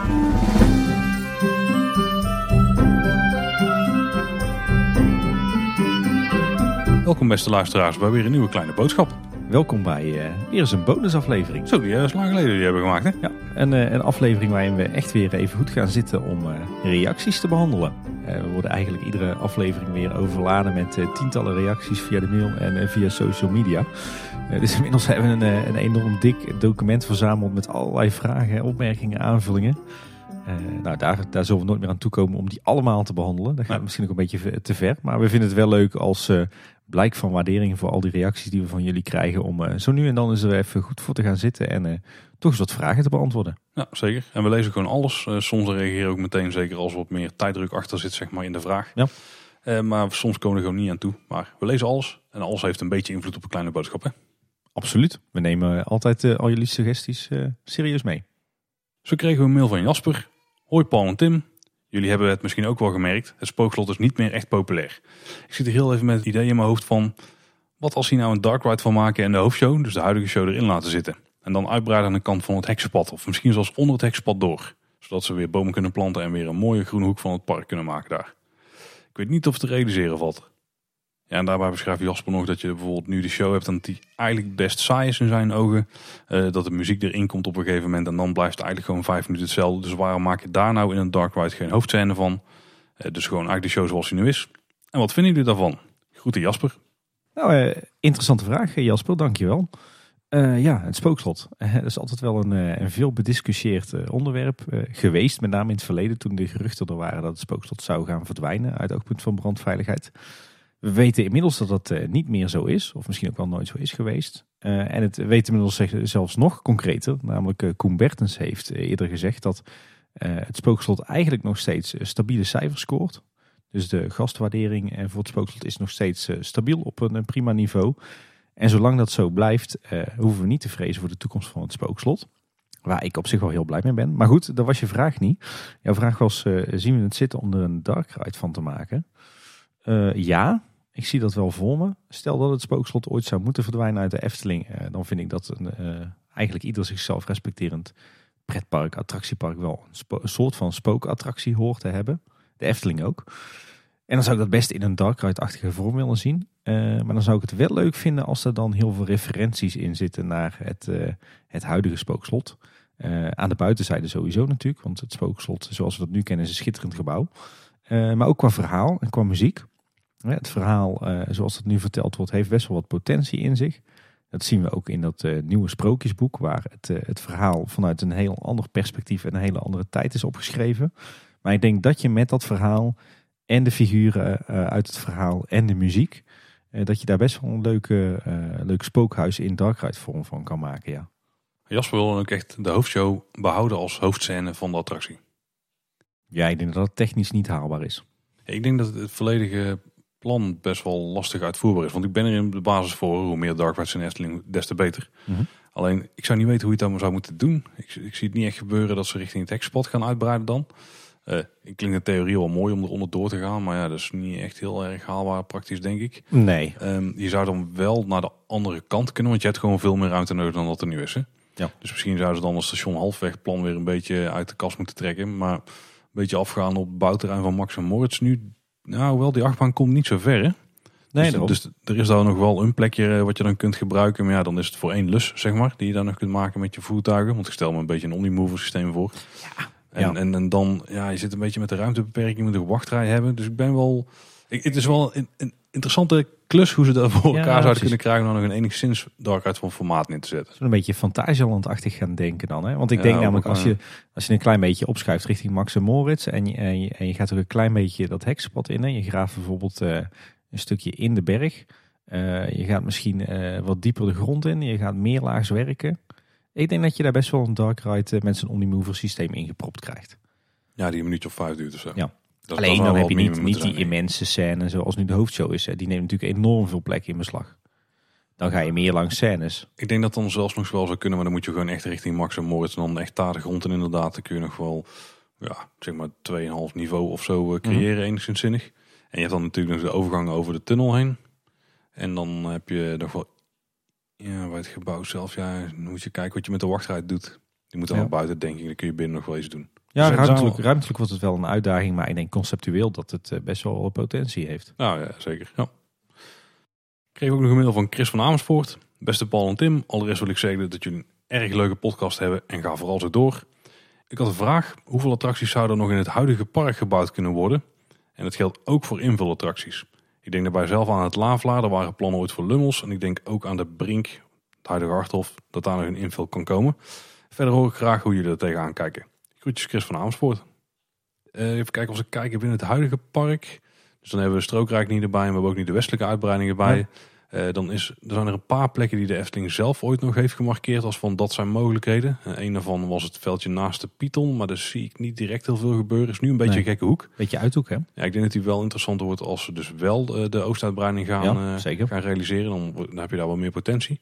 Welkom beste luisteraars bij weer een nieuwe kleine boodschap. Welkom bij weer eens een bonusaflevering. Zo, die is lang geleden die hebben we gemaakt, hè? Ja, een aflevering waarin we echt weer even goed gaan zitten om reacties te behandelen. We worden eigenlijk iedere aflevering weer overladen met tientallen reacties via de mail en via social media. Dus inmiddels hebben we een enorm dik document verzameld met allerlei vragen, opmerkingen, aanvullingen. Daar zullen we nooit meer aan toekomen om die allemaal te behandelen. Dat gaat misschien ook een beetje te ver. Maar we vinden het wel leuk als blijk van waardering voor al die reacties die we van jullie krijgen. Om zo nu en dan eens er even goed voor te gaan zitten en toch eens wat vragen te beantwoorden. Ja, zeker. En we lezen gewoon alles. Soms reageren we ook meteen, zeker als er wat meer tijddruk achter zit, zeg maar, in de vraag. Ja. Maar soms komen we er gewoon niet aan toe. Maar we lezen alles. En alles heeft een beetje invloed op een kleine boodschap, hè? Absoluut. We nemen altijd al jullie suggesties serieus mee. Zo kregen we een mail van Jasper. Hoi Paul en Tim. Jullie hebben het misschien ook wel gemerkt. Het spookslot is niet meer echt populair. Ik zit er heel even met het idee in mijn hoofd van... wat als hij nou een dark ride van maken en de hoofdshow, dus de huidige show, erin laten zitten. En dan uitbreiden aan de kant van het heksenpad. Of misschien zelfs onder het heksenpad door. Zodat ze weer bomen kunnen planten en weer een mooie groene hoek van het park kunnen maken daar. Ik weet niet of het te realiseren valt. Ja, en daarbij beschrijft Jasper nog dat je bijvoorbeeld nu de show hebt en dat die eigenlijk best saai is in zijn ogen. Dat de muziek erin komt op een gegeven moment en dan blijft het eigenlijk gewoon 5 minuten hetzelfde. Dus waarom maak je daar nou in een dark ride geen hoofdscène van? Dus gewoon eigenlijk de show zoals hij nu is. En wat vinden jullie daarvan? Groeten Jasper. Nou, interessante vraag Jasper, dankjewel. Ja, het spookslot. Dat is altijd wel een veel bediscussieerd onderwerp geweest. Met name in het verleden toen de geruchten er waren dat het spookslot zou gaan verdwijnen uit oogpunt van brandveiligheid. We weten inmiddels dat dat niet meer zo is. Of misschien ook wel nooit zo is geweest. En het weten inmiddels zelfs nog concreter. Namelijk Koen Bertens heeft eerder gezegd dat het spookslot eigenlijk nog steeds stabiele cijfers scoort. Dus de gastwaardering voor het spookslot is nog steeds stabiel op een prima niveau. En zolang dat zo blijft, hoeven we niet te vrezen voor de toekomst van het spookslot. Waar ik op zich wel heel blij mee ben. Maar goed, dat was je vraag niet. Jouw vraag was, zien we het zitten om er een dark ride van te maken? Ja, ik zie dat wel voor me. Stel dat het spookslot ooit zou moeten verdwijnen uit de Efteling. Dan vind ik dat eigenlijk ieder zichzelf respecterend pretpark, attractiepark wel een soort van spookattractie hoort te hebben. De Efteling ook. En dan zou ik dat best in een dark ride-achtige vorm willen zien. Maar dan zou ik het wel leuk vinden als er dan heel veel referenties in zitten naar het huidige spookslot. Aan de buitenzijde sowieso natuurlijk. Want het spookslot zoals we dat nu kennen is een schitterend gebouw. Maar ook qua verhaal en qua muziek. Het verhaal zoals het nu verteld wordt heeft best wel wat potentie in zich. Dat zien we ook in dat nieuwe sprookjesboek. Waar het verhaal vanuit een heel ander perspectief en een hele andere tijd is opgeschreven. Maar ik denk dat je met dat verhaal en de figuren uit het verhaal en de muziek. Dat je daar best wel een leuk spookhuis in dark ride vorm van kan maken. Ja. Jasper wil ook echt de hoofdshow behouden als hoofdscène van de attractie. Ja, ik denk dat dat technisch niet haalbaar is. Ik denk dat het volledige plan best wel lastig uitvoerbaar is. Want ik ben er in de basis voor. Hoe meer dark rides in Efteling, des te beter. Mm-hmm. Alleen, ik zou niet weten hoe je het dan zou moeten doen. Ik zie het niet echt gebeuren dat ze richting het heksenpad gaan uitbreiden dan. Ik klinkt de theorie wel mooi om eronder door te gaan. Maar ja, dat is niet echt heel erg haalbaar praktisch, denk ik. Nee. Je zou dan wel naar de andere kant kunnen. Want je hebt gewoon veel meer ruimte nodig dan dat er nu is. Hè? Ja. Dus misschien zouden ze dan het station halfwegplan weer een beetje uit de kast moeten trekken. Maar een beetje afgaan op het bouwterrein van Max en Moritz nu. Nou, hoewel die achtbaan komt niet zo ver, hè? Nee, dus er is daar nog wel een plekje wat je dan kunt gebruiken. Maar ja, dan is het voor 1 lus, zeg maar. Die je dan nog kunt maken met je voertuigen. Want ik stel me een beetje een omnimover systeem voor. Ja. En dan, ja, je zit een beetje met de ruimtebeperking. Je moet een wachtrij hebben. Dus ik ben wel... Het is wel een interessante klus hoe ze dat voor elkaar zouden kunnen krijgen. Om nog een enigszins dark ride van formaat neer te zetten. Een beetje Fantasieland-achtig gaan denken dan. Hè? Want ik denk namelijk als je een klein beetje opschuift richting Max en Moritz. En je gaat ook een klein beetje dat heksenpad in. Hè? Je graaft bijvoorbeeld een stukje in de berg. Je gaat misschien wat dieper de grond in. Je gaat meerlaags werken. Ik denk dat je daar best wel een dark ride met zijn omnimover systeem ingepropt krijgt. Ja, die een minuutje of 5 duurt of zo. Ja. Alleen dan heb je niet die immense scène zoals nu de hoofdshow is. Hè. Die neemt natuurlijk enorm veel plek in beslag. Dan ga je meer langs scènes. Ik denk dat dan zelfs nog wel zou kunnen. Maar dan moet je gewoon echt richting Max en Moritz. En dan echt daar de grond. En inderdaad, dan kun je nog wel, ja, zeg maar 2,5 niveau of zo creëren. Enigszins zinnig. En je hebt dan natuurlijk nog de overgang over de tunnel heen. En dan heb je nog wel, ja, bij het gebouw zelf. Ja, dan moet je kijken wat je met de wachtrij doet. Die moet dan naar buiten, denk ik. Dan kun je binnen nog wel eens doen. Ja, Dus ruimtelijk wordt het wel een uitdaging, maar ik denk conceptueel dat het best wel potentie heeft. Nou ja, zeker. Ja. Ik kreeg ook nog een mail van Chris van Amersfoort. Beste Paul en Tim, allereerst wil ik zeggen dat jullie een erg leuke podcast hebben en ga vooral zo door. Ik had een vraag, hoeveel attracties zouden er nog in het huidige park gebouwd kunnen worden? En dat geldt ook voor invulattracties. Ik denk daarbij zelf aan het Lavelaar, daar waren plannen ooit voor Lummels. En ik denk ook aan de Brink, het huidige Harthof, dat daar nog een invul kan komen. Verder hoor ik graag hoe jullie er tegenaan kijken. Groetjes Chris van Amersfoort. Even kijken of ze kijken binnen het huidige park. Dus dan hebben we Strookrijk niet erbij en we hebben ook niet de westelijke uitbreidingen bij. Ja. Er zijn er een paar plekken die de Efteling zelf ooit nog heeft gemarkeerd als van dat zijn mogelijkheden. Een daarvan was het veldje naast de Python, maar daar zie ik niet direct heel veel gebeuren. Is nu een beetje een gekke hoek. Beetje uithoek, hè? Ja, ik denk dat die wel interessant wordt als ze dus wel de oostuitbreiding gaan realiseren. Dan heb je daar wel meer potentie.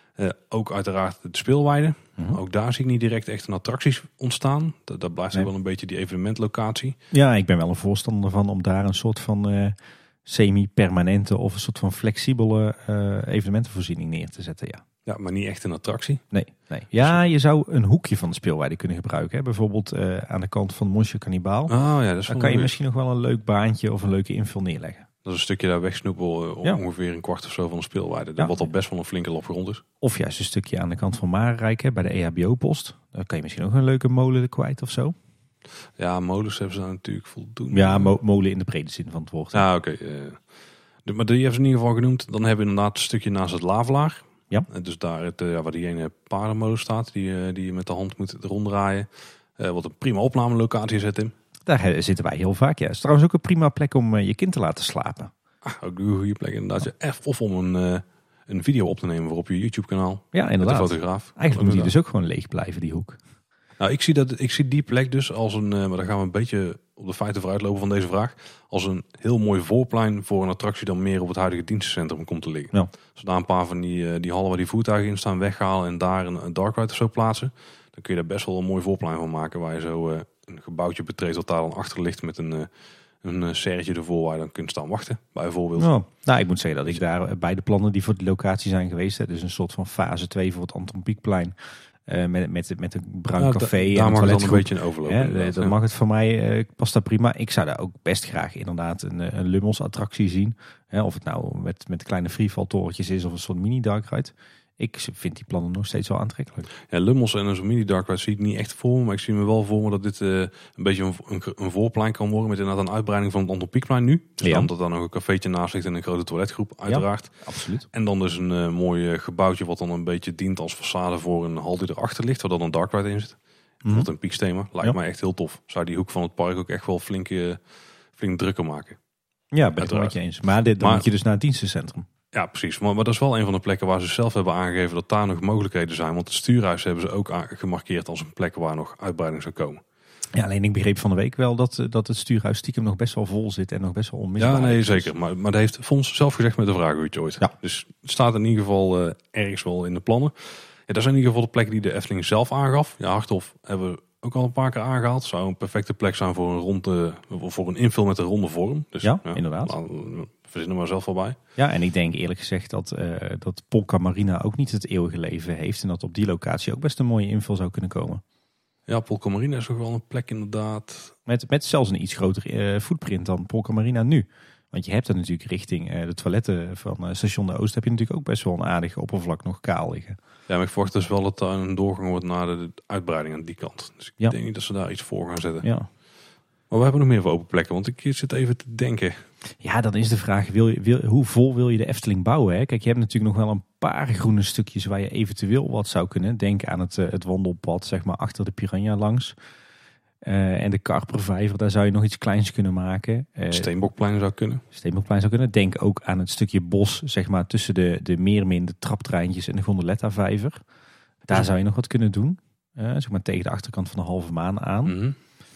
Ook uiteraard de speelweide. Ook daar zie ik niet direct echt een attracties ontstaan. Dat blijft wel een beetje die evenementlocatie. Ja, ik ben wel een voorstander van om daar een soort van semi-permanente of een soort van flexibele evenementenvoorziening neer te zetten. Ja, maar niet echt een attractie. Nee. Ja, je zou een hoekje van de speelweide kunnen gebruiken. Hè? Bijvoorbeeld aan de kant van Monsieur Cannibal. Oh, ja, dat is dan kan je misschien nog wel een leuk baantje of een leuke invul neerleggen. Dat is een stukje daar wegsnoepel, ongeveer een kwart of zo van de speelweide. Wat al best wel een flinke lap grond is. Of juist een stukje aan de kant van Marenrijk, bij de EHBO-post. Dan kan je misschien ook een leuke molen kwijt of zo. Ja, molens hebben ze daar natuurlijk voldoende. Ja, molen in de brede zin van het woord. Ja, oké. Maar die hebben ze in ieder geval genoemd. Dan hebben we inderdaad een stukje naast het Lavelaar. Ja. Dus daar waar die ene paardenmolen staat, die je met de hand moet ronddraaien. Wat een prima opnamelocatie is, Tim. Daar zitten wij heel vaak. Ja. Het is trouwens ook een prima plek om je kind te laten slapen. Ook een goede plek inderdaad. Of om een video op te nemen voor op je YouTube kanaal. Ja, inderdaad. Met de fotograaf. Eigenlijk moet die dus ook gewoon leeg blijven, die hoek. Nou, ik zie die plek dus als een, maar dan gaan we een beetje op de feiten vooruitlopen van deze vraag, als een heel mooi voorplein voor een attractie dan meer op het huidige dienstencentrum komt te liggen. Ja. Als we daar een paar van die hallen waar die voertuigen in staan weghalen en daar een dark ride of zo plaatsen, dan kun je daar best wel een mooi voorplein van maken waar je zo een gebouwtje betreedt dat daar dan achter ligt met een serretje ervoor waar je dan kunt staan wachten, bijvoorbeeld. Oh. Nou, ik moet zeggen dat ik daar bij de plannen die voor die locatie zijn geweest, dus een soort van fase 2 voor het Anton Pieckplein, met een bruin café daar en mag een het dan een beetje een overloop. Dan mag het voor mij, past dat prima. Ik zou daar ook best graag inderdaad een Lummels attractie zien. Of het nou met kleine freefall-torentjes is of een soort mini-dark ride. Ik vind die plannen nog steeds wel aantrekkelijk. Ja, Lummels en zo'n mini-dark ride zie ik niet echt voor me. Maar ik zie me wel voor me dat dit een beetje een voorplein kan worden. Met inderdaad een uitbreiding van het Anton Pieckplein nu. Dus dan dat daar nog een cafeetje naast ligt en een grote toiletgroep uiteraard. Ja, absoluut. En dan dus een mooi gebouwtje wat dan een beetje dient als façade voor een hal die erachter ligt. Waar dan een dark ride in zit. Bijvoorbeeld een Pieksthema. Lijkt mij echt heel tof. Zou die hoek van het park ook echt wel flink drukker maken. Ja, ben ik het met je eens. Maar dan moet je dus naar het dienstencentrum. Ja, precies. Maar dat is wel een van de plekken waar ze zelf hebben aangegeven dat daar nog mogelijkheden zijn. Want het stuurhuis hebben ze ook gemarkeerd als een plek waar nog uitbreiding zou komen. Ja, alleen ik begreep van de week wel dat het stuurhuis stiekem nog best wel vol zit en nog best wel onmisbaar. Ja, nee, zeker. Maar dat heeft Fons zelf gezegd met de vraag ooit. Ja. Dus het staat in ieder geval ergens wel in de plannen. Ja, dat zijn in ieder geval de plekken die de Efteling zelf aangaf. Ja, Harthof hebben we ook al een paar keer aangehaald. Zou een perfecte plek zijn voor een invul met een ronde vorm. Dus, ja, inderdaad. Verzinnen maar zelf wel bij. Ja, en ik denk eerlijk gezegd dat Polka Marina ook niet het eeuwige leven heeft. En dat op die locatie ook best een mooie invul zou kunnen komen. Ja, Polka Marina is ook wel een plek inderdaad. Met zelfs een iets groter footprint dan Polka Marina nu. Want je hebt er natuurlijk richting de toiletten van Station de Oost heb je natuurlijk ook best wel een aardig oppervlak nog kaal liggen. Ja, maar ik verwacht dus wel dat er een doorgang wordt naar de uitbreiding aan die kant. Dus ik denk niet dat ze daar iets voor gaan zetten. Ja. Maar we hebben nog meer voor open plekken, want ik zit even te denken. Ja, dan is de vraag, hoe vol wil je de Efteling bouwen? Hè? Kijk, je hebt natuurlijk nog wel een paar groene stukjes waar je eventueel wat zou kunnen. Denk aan het wandelpad, zeg maar, achter de Piranha langs. En de Karpervijver, daar zou je nog iets kleins kunnen maken. Steenbokplein zou kunnen. Steenbokplein zou kunnen. Denk ook aan het stukje bos, zeg maar, tussen de Meermin, de traptreintjes en de Gondoletta-vijver. Daar zou je nog wat kunnen doen. Zeg maar tegen de achterkant van de Halve Maan aan. Mm-hmm.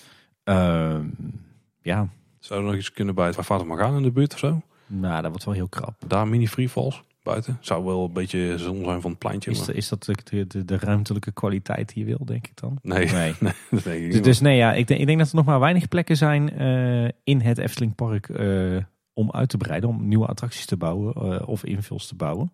Ja. Zou er nog iets kunnen bij het Fata Morgana in de buurt of zo? Nou, dat wordt wel heel krap. Daar mini freefalls buiten. Zou wel een beetje zon zijn van het pleintje. Is dat de ruimtelijke kwaliteit die je wil, denk ik dan? Nee. Dat denk ik niet. Dus nee, ja, ik denk dat er nog maar weinig plekken zijn in het Eftelingpark om uit te breiden. Om nieuwe attracties te bouwen of invuls te bouwen.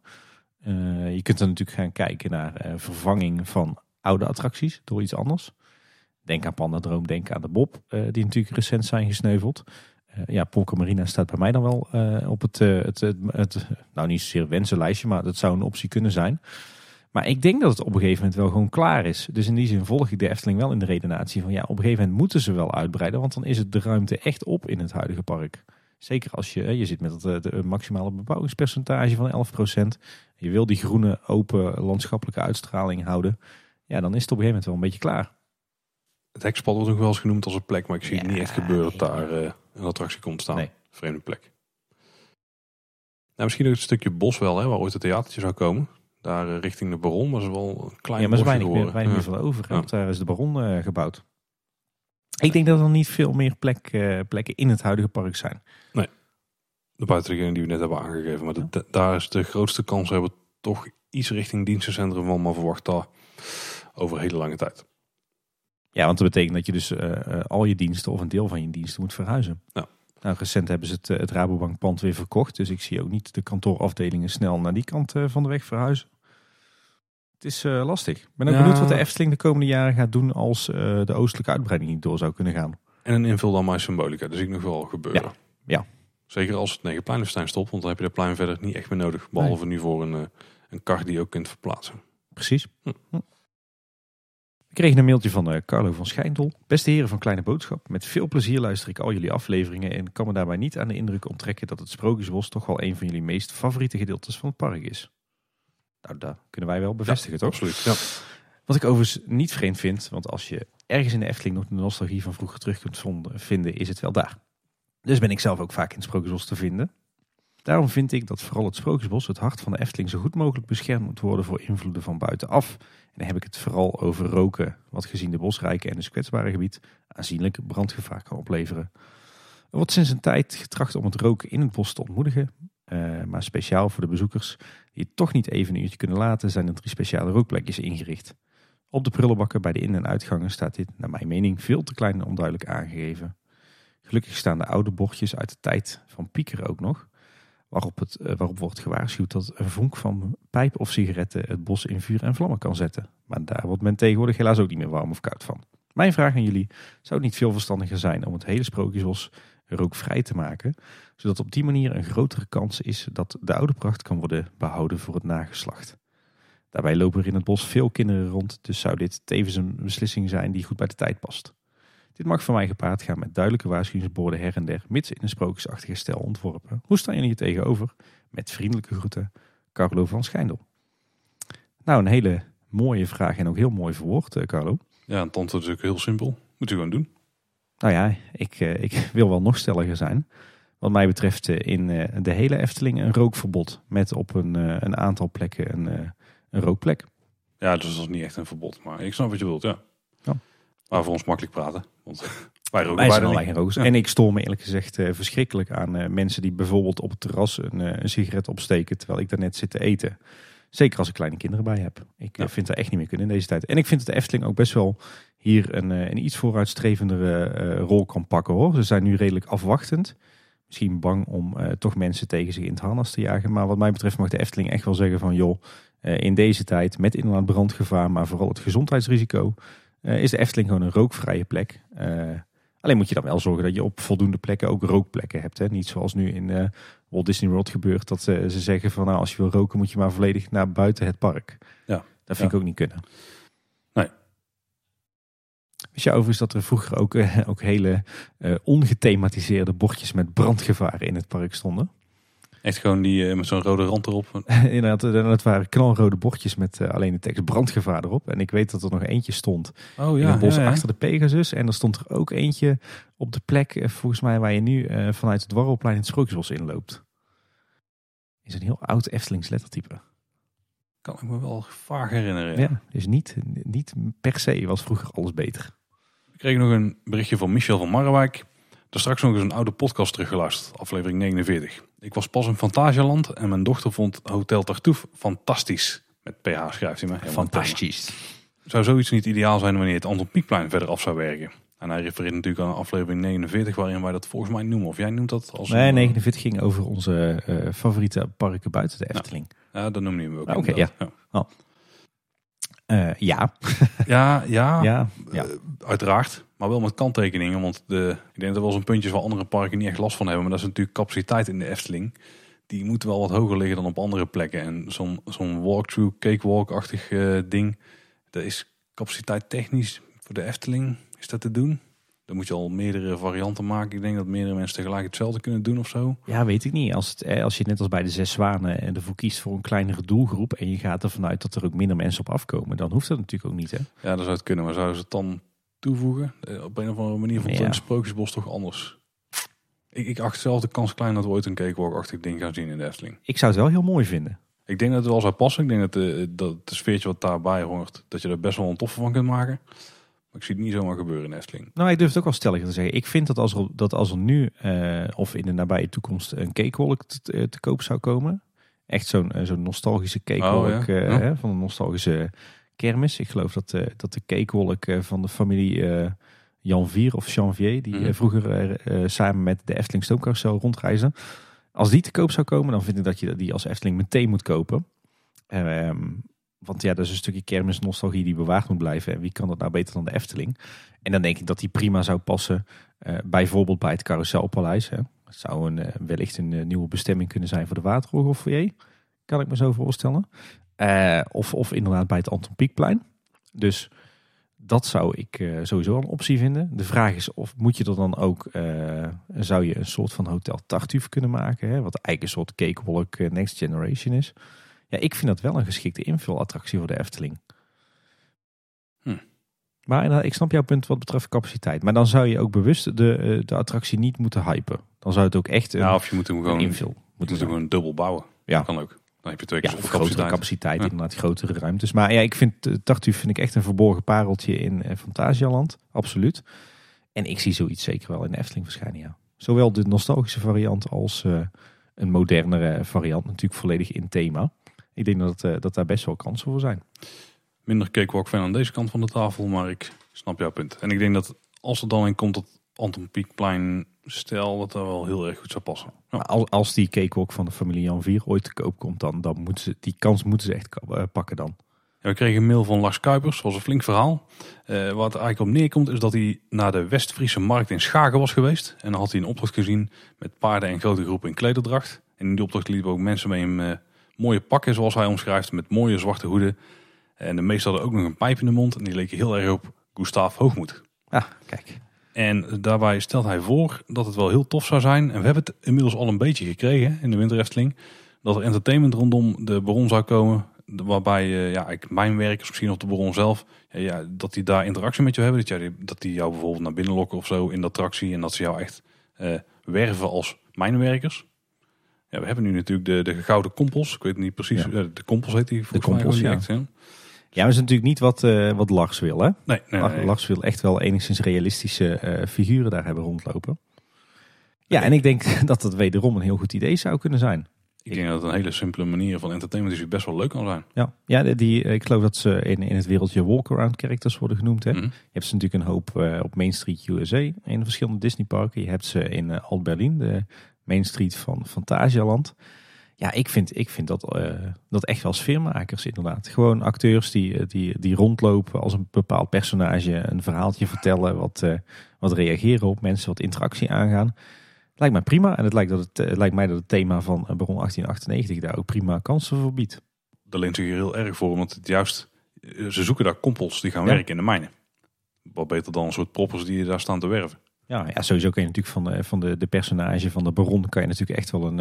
Je kunt er natuurlijk gaan kijken naar vervanging van oude attracties door iets anders. Denk aan Pandadroom, denk aan de Bob, die natuurlijk recent zijn gesneuveld. Polka Marina staat bij mij dan wel op het nou niet zozeer wensenlijstje, maar dat zou een optie kunnen zijn. Maar ik denk dat het op een gegeven moment wel gewoon klaar is. Dus in die zin volg ik de Efteling wel in de redenatie van op een gegeven moment moeten ze wel uitbreiden. Want dan is het de ruimte echt op in het huidige park. Zeker als je zit met het maximale bebouwingspercentage van 11%. Je wil die groene open landschappelijke uitstraling houden. Ja, dan is het op een gegeven moment wel een beetje klaar. Het hekspad wordt nog wel eens genoemd als een plek, maar ik zie het niet echt gebeuren dat daar een attractie komt staan. Nee. Vreemde plek. Nou, misschien ook het stukje bos wel, waar ooit het theatertje zou komen. Daar richting de Baron, maar is wel een klein bosje geworden. Ja, maar er is weinig meer van over. Want daar is de Baron gebouwd. Ik denk dat er niet veel meer plekken in het huidige park zijn. Nee, de buiten degene die we net hebben aangegeven. Maar daar is de grootste kans, hebben we toch iets richting dienstencentrum van, maar verwacht daar over hele lange tijd. Ja, want dat betekent dat je dus al je diensten of een deel van je diensten moet verhuizen. Ja. Nou, recent hebben ze het Rabobankpand weer verkocht. Dus ik zie ook niet de kantoorafdelingen snel naar die kant van de weg verhuizen. Het is lastig. Ik ben ook benieuwd wat de Efteling de komende jaren gaat doen als de oostelijke uitbreiding niet door zou kunnen gaan. En een invul dan maar symbolica. Dat zie ik nog wel gebeuren. Ja. Zeker als het Negenpleinenstein stopt, want dan heb je dat plein verder niet echt meer nodig. Behalve nu voor een kar die je ook kunt verplaatsen. Precies. Ik kreeg een mailtje van Carlo van Schijndel. Beste heren van Kleine Boodschap, met veel plezier luister ik al jullie afleveringen en kan me daarbij niet aan de indruk onttrekken dat het Sprookjesbos toch wel een van jullie meest favoriete gedeeltes van het park is. Nou, dat kunnen wij wel bevestigen, toch? Absoluut, ja. Wat ik overigens niet vreemd vind, want als je ergens in de Efteling nog de nostalgie van vroeger terug kunt vinden, is het wel daar. Dus ben ik zelf ook vaak in het Sprookjesbos te vinden. Daarom vind ik dat vooral het Sprookjesbos, het hart van de Efteling, zo goed mogelijk beschermd moet worden voor invloeden van buitenaf. En dan heb ik het vooral over roken, wat gezien de bosrijke en dus kwetsbare gebied aanzienlijk brandgevaar kan opleveren. Er wordt sinds een tijd getracht om het roken in het bos te ontmoedigen. Maar speciaal voor de bezoekers die het toch niet even een uurtje kunnen laten, zijn er 3 speciale rookplekjes ingericht. Op de prullenbakken bij de in- en uitgangen staat dit, naar mijn mening, veel te klein en onduidelijk aangegeven. Gelukkig staan de oude bordjes uit de tijd van Pieker ook nog, waarop wordt gewaarschuwd dat een vonk van pijp of sigaretten het bos in vuur en vlammen kan zetten. Maar daar wordt men tegenwoordig helaas ook niet meer warm of koud van. Mijn vraag aan jullie, zou het niet veel verstandiger zijn om het hele Sprookjesbos rookvrij te maken, zodat op die manier een grotere kans is dat de oude pracht kan worden behouden voor het nageslacht. Daarbij lopen er in het bos veel kinderen rond, dus zou dit tevens een beslissing zijn die goed bij de tijd past. Dit mag van mij gepaard gaan met duidelijke waarschuwingsborden her en der, mits in een sprookjesachtige stijl ontworpen. Hoe staan jullie hier tegenover? Met vriendelijke groeten, Carlo van Schijndel. Nou, een hele mooie vraag en ook heel mooi verwoord, Carlo. Ja, het antwoord is ook heel simpel. Moet u gewoon doen. Nou ja, ik wil wel nog stelliger zijn. Wat mij betreft in de hele Efteling een rookverbod. Met op een aantal plekken een rookplek. Ja, dus dat is niet echt een verbod. Maar ik snap wat je wilt, ja. Maar voor ons makkelijk praten. Want wij roken bijna geen rokers. Ja. En ik stoor me eerlijk gezegd verschrikkelijk aan mensen die bijvoorbeeld op het terras een sigaret opsteken terwijl ik daar net zit te eten. Zeker als ik kleine kinderen bij heb. Ik vind dat echt niet meer kunnen in deze tijd. En ik vind dat de Efteling ook best wel hier een iets vooruitstrevendere rol kan pakken, hoor. Ze zijn nu redelijk afwachtend. Misschien bang om toch mensen tegen zich in het harnas te jagen. Maar wat mij betreft mag de Efteling echt wel zeggen van joh, in deze tijd met inderdaad brandgevaar, maar vooral het gezondheidsrisico, is de Efteling gewoon een rookvrije plek. Alleen moet je dan wel zorgen dat je op voldoende plekken ook rookplekken hebt. Hè? Niet zoals nu in Walt Disney World gebeurt dat ze zeggen van nou, als je wil roken moet je maar volledig naar buiten het park. Ja. Dat vind ik ook niet kunnen. Nee. Wist je overigens dat er vroeger ook hele ongethematiseerde bordjes met brandgevaar in het park stonden? Echt gewoon die met zo'n rode rand erop. Inderdaad, dat waren knalrode bordjes met alleen de tekst brandgevaar erop. En ik weet dat er nog eentje stond in het bos achter de Pegasus. En er stond er ook eentje op de plek, volgens mij, waar je nu vanuit het Dwarrelplein het Sprookjesbos inloopt. Is een heel oud Eftelings lettertype. Kan ik me wel vaag herinneren. Ja, dus niet per se was vroeger alles beter. Ik kreeg nog een berichtje van Michel van Marrewijk. Er straks nog eens een oude podcast teruggeluisterd, aflevering 49. Ik was pas in Fantasialand en mijn dochter vond Hotel Tartuffe fantastisch. Met PH schrijft hij me. Fantastisch. Zou zoiets niet ideaal zijn wanneer het Anton Pieckplein verder af zou werken? En hij refereert natuurlijk aan aflevering 49 waarin wij dat volgens mij noemen. Of jij noemt dat als... Nee, 49 ging over onze favoriete parken buiten de Efteling. Ja, dat noemde we ook. Oké, ja. Ja. Ja. uiteraard, maar wel met kanttekeningen. Want ik denk dat er wel zo'n puntjes waar andere parken niet echt last van hebben. Maar dat is natuurlijk capaciteit in de Efteling. Die moet wel wat hoger liggen dan op andere plekken. En zo'n walkthrough, cakewalk-achtig ding. Dat is capaciteit technisch voor de Efteling. Is dat te doen? Dan moet je al meerdere varianten maken. Ik denk dat meerdere mensen tegelijk hetzelfde kunnen doen of zo. Ja, weet ik niet. Als je net als bij de 6 Zwanen ervoor kiest voor een kleinere doelgroep. En je gaat ervan uit dat er ook minder mensen op afkomen. Dan hoeft dat natuurlijk ook niet, hè? Ja, dat zou het kunnen. Maar zouden ze het dan toevoegen? Op een of andere manier vond ik het in het Sprookjesbos toch anders. Ik acht zelf de kans klein dat we ooit een cakewalk-achtig ding gaan zien in de Efteling. Ik zou het wel heel mooi vinden. Ik denk dat het wel zou passen. Ik denk dat het sfeertje wat daarbij hoort, dat je er best wel een toffe van kunt maken. Maar ik zie het niet zomaar gebeuren in de Efteling. Nou, ik durf het ook wel stelliger te zeggen. Ik vind dat als er nu of in de nabije toekomst een cakewalk te koop zou komen. Echt zo'n nostalgische cakewalk van een nostalgische kermis. Ik geloof dat de cakewalk van de familie Janvier of Janvier, die vroeger samen met de Efteling Stoomcarousel rondreizen. Als die te koop zou komen, dan vind ik dat je die als Efteling meteen moet kopen. Want ja, dat is een stukje kermisnostalgie die bewaard moet blijven. En wie kan dat nou beter dan de Efteling? En dan denk ik dat die prima zou passen. Bijvoorbeeld bij het Carouselpaleis. Hè. Dat zou wellicht een nieuwe bestemming kunnen zijn voor de Waterorgelfoyer. Kan ik me zo voorstellen. Of inderdaad bij het Anton Pieckplein. Dus dat zou ik sowieso een optie vinden. De vraag is of moet je er dan ook... zou je een soort van Hotel Tartuffe kunnen maken. Hè, wat eigenlijk een soort cakewalk Next Generation is. Ja, ik vind dat wel een geschikte invulattractie voor de Efteling. Maar ik snap jouw punt wat betreft capaciteit. Maar dan zou je ook bewust de attractie niet moeten hypen. Dan zou het ook echt of je moet hem gewoon invul. Moet hem gewoon dubbel bouwen. Ja. Dat kan ook. Dan heb je 2 keer zoveel grotere capaciteit, inderdaad grotere ruimtes. Maar ja, ik vind Tartuffe echt een verborgen pareltje in Phantasialand. Absoluut. En ik zie zoiets zeker wel in de Efteling verschijnen, ja. Zowel de nostalgische variant als een modernere variant. Natuurlijk volledig in thema. Ik denk dat daar best wel kansen voor zijn. Minder cakewalk fan aan deze kant van de tafel, maar ik snap jouw punt. En ik denk dat als er dan in komt dat Anton Pieckplein stel, dat wel heel erg goed zou passen. Ja. Als die cakewalk van de familie Janvier ooit te koop komt, dan moeten ze die kans echt pakken dan. Ja, we kregen een mail van Lars Kuipers, dat was een flink verhaal. Wat er eigenlijk op neerkomt is dat hij naar de West-Friese markt in Schagen was geweest. En dan had hij een optocht gezien met paarden en grote groepen in klederdracht. En in die optocht liepen ook mensen mee in mooie pakken, zoals hij omschrijft, met mooie zwarte hoeden. En de meesten hadden ook nog een pijp in de mond en die leken heel erg op Gustaaf Hoogmoed. Ah, kijk. En daarbij stelt hij voor dat het wel heel tof zou zijn. En we hebben het inmiddels al een beetje gekregen in de Winter Efteling. Dat er entertainment rondom de Baron zou komen. Waarbij mijnwerkers, misschien of de Baron zelf, dat die daar interactie met je hebben. Dat die jou bijvoorbeeld naar binnen lokken of zo in de attractie. En dat ze jou echt werven als mijnwerkers. Ja, we hebben nu natuurlijk de gouden kompels. Ik weet niet precies. Ja. De kompels heet die volgens mij. De kompels, ja. Ja, maar dat is natuurlijk niet wat Lars wil, hè? Nee. Lars wil echt wel enigszins realistische figuren daar hebben rondlopen. Ja, en ik denk dat wederom een heel goed idee zou kunnen zijn. Ik denk dat het een hele simpele manier van entertainment is die best wel leuk kan zijn. Ja, ik geloof dat ze in het wereldje walk-around characters worden genoemd. Hè? Je hebt ze natuurlijk een hoop op Main Street USA in de verschillende Disney parken. Je hebt ze in Alt-Berlin, de Main Street van Phantasialand. Ja, ik vind dat echt wel sfeermakers inderdaad. Gewoon acteurs die rondlopen als een bepaald personage, een verhaaltje vertellen, wat reageren op mensen, wat interactie aangaan. Lijkt mij prima en het lijkt mij dat het thema van Baron 1898 daar ook prima kansen voor biedt. Dat leent zich hier heel erg voor, want ze zoeken daar kompels die gaan werken in de mijnen. Wat beter dan een soort proppers die daar staan te werven. Ja, sowieso kan je natuurlijk van de personage van de Baron kan je natuurlijk echt wel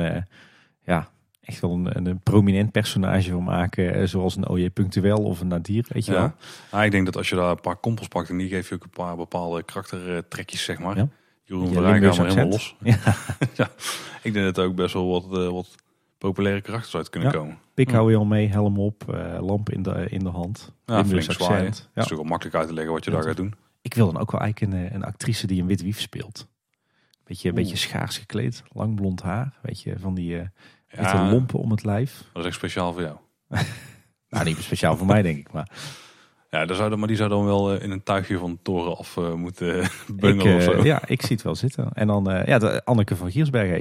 een prominent personage van maken. Zoals een O.J. Punctueel of een Nadir, weet je wel. Ik denk dat als je daar een paar kompels pakt en die geef je ook een paar bepaalde karaktertrekjes, zeg maar. Ja. Jeroen van Rijn gaat helemaal los. Ja. Ik denk dat er ook best wel wat populaire karakters uit kunnen komen. Pik hou je al mee, helm op, lamp in de hand. Ja, flink zwaaien. Het is toch wel makkelijk uit te leggen wat je daar gaat doen. Ik wil dan ook wel eigenlijk een actrice die een wit wief speelt. Beetje schaars gekleed, lang blond haar. Weet je, van die witte lompen om het lijf. Dat is echt speciaal voor jou. Nou, niet speciaal voor mij, denk ik. Maar ja, die zou dan wel in een tuigje van de toren af moeten bungelen of zo. Ja, ik zie het wel zitten. En dan, Anneke van Giersbergen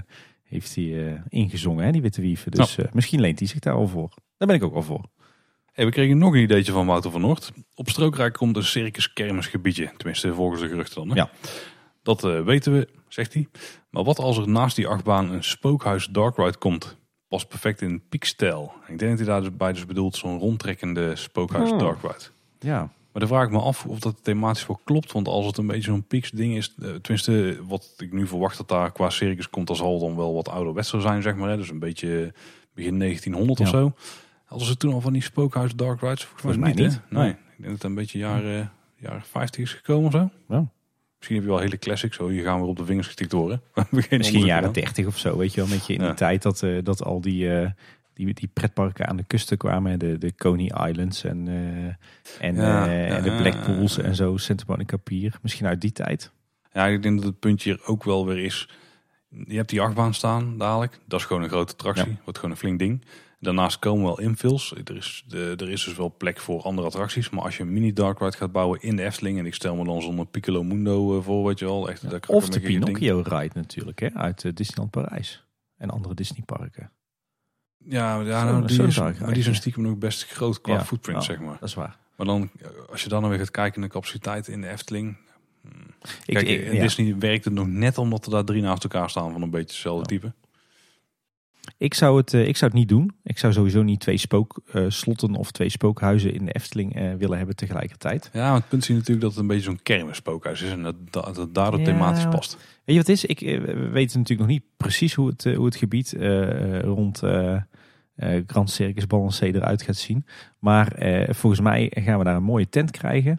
heeft die ingezongen, hè, die witte wieven. Dus misschien leent hij zich daar al voor. Daar ben ik ook wel voor. Hey, we kregen nog een ideetje van Wouter van Noort. Op Strookrijk komt een circus-kermisgebiedje. Tenminste, volgens de geruchten dan. Hè? Ja. Dat weten we, zegt hij. Maar wat als er naast die achtbaan een spookhuis Dark Ride komt? Past perfect in piekstijl. Ik denk dat hij daarbij dus bedoelt zo'n rondtrekkende spookhuis Dark Ride. Ja. Maar dan vraag ik me af of dat thematisch wel klopt. Want als het een beetje zo'n pieks ding is. Tenminste, wat ik nu verwacht dat daar qua circus komt. Dat zal dan wel wat ouderwetser zijn, zeg maar. Hè? Dus een beetje begin 1900 of zo. Hadden ze toen al van die spookhuis Dark Rides? Volgens mij niet. Nee, ik denk dat het een beetje jaren 50 is gekomen of zo. Ja. Misschien heb je wel hele classics. Zo, hier gaan we op de vingers getikt worden. Misschien jaren 30 of zo, weet je wel. Met je in die tijd dat al die pretparken aan de kusten kwamen. De Coney Islands en de Blackpools en zo. Santa Monica Pier. Misschien uit die tijd. Ja, ik denk dat het puntje hier ook wel weer is. Je hebt die achtbaan staan dadelijk. Dat is gewoon een grote attractie. Ja. Wordt gewoon een flink ding. Daarnaast komen wel infills. Er is dus wel plek voor andere attracties. Maar als je een mini Dark Ride gaat bouwen in de Efteling. En ik stel me dan zo'n Piccolo Mundo voor, weet je wel. Echt, Ja. Of de Pinocchio Ride natuurlijk, hè, uit Disneyland Parijs. En andere Disneyparken. Ja, die zijn stiekem nog best groot qua footprint, zeg maar. Dat is waar. Maar dan, als je dan weer gaat kijken naar de capaciteit in de Efteling. Kijk, in Disney werkt het nog net omdat er daar 3 naast elkaar staan van een beetje hetzelfde type. Ik zou het niet doen. Ik zou sowieso niet 2 spookslotten of 2 spookhuizen in de Efteling willen hebben tegelijkertijd. Ja, maar het punt is natuurlijk dat het een beetje zo'n kermisspookhuis is en dat het daardoor thematisch past. Weet je wat het is? We weten natuurlijk nog niet precies hoe het gebied rond Grand Circus Balancé eruit gaat zien. Maar volgens mij gaan we daar een mooie tent krijgen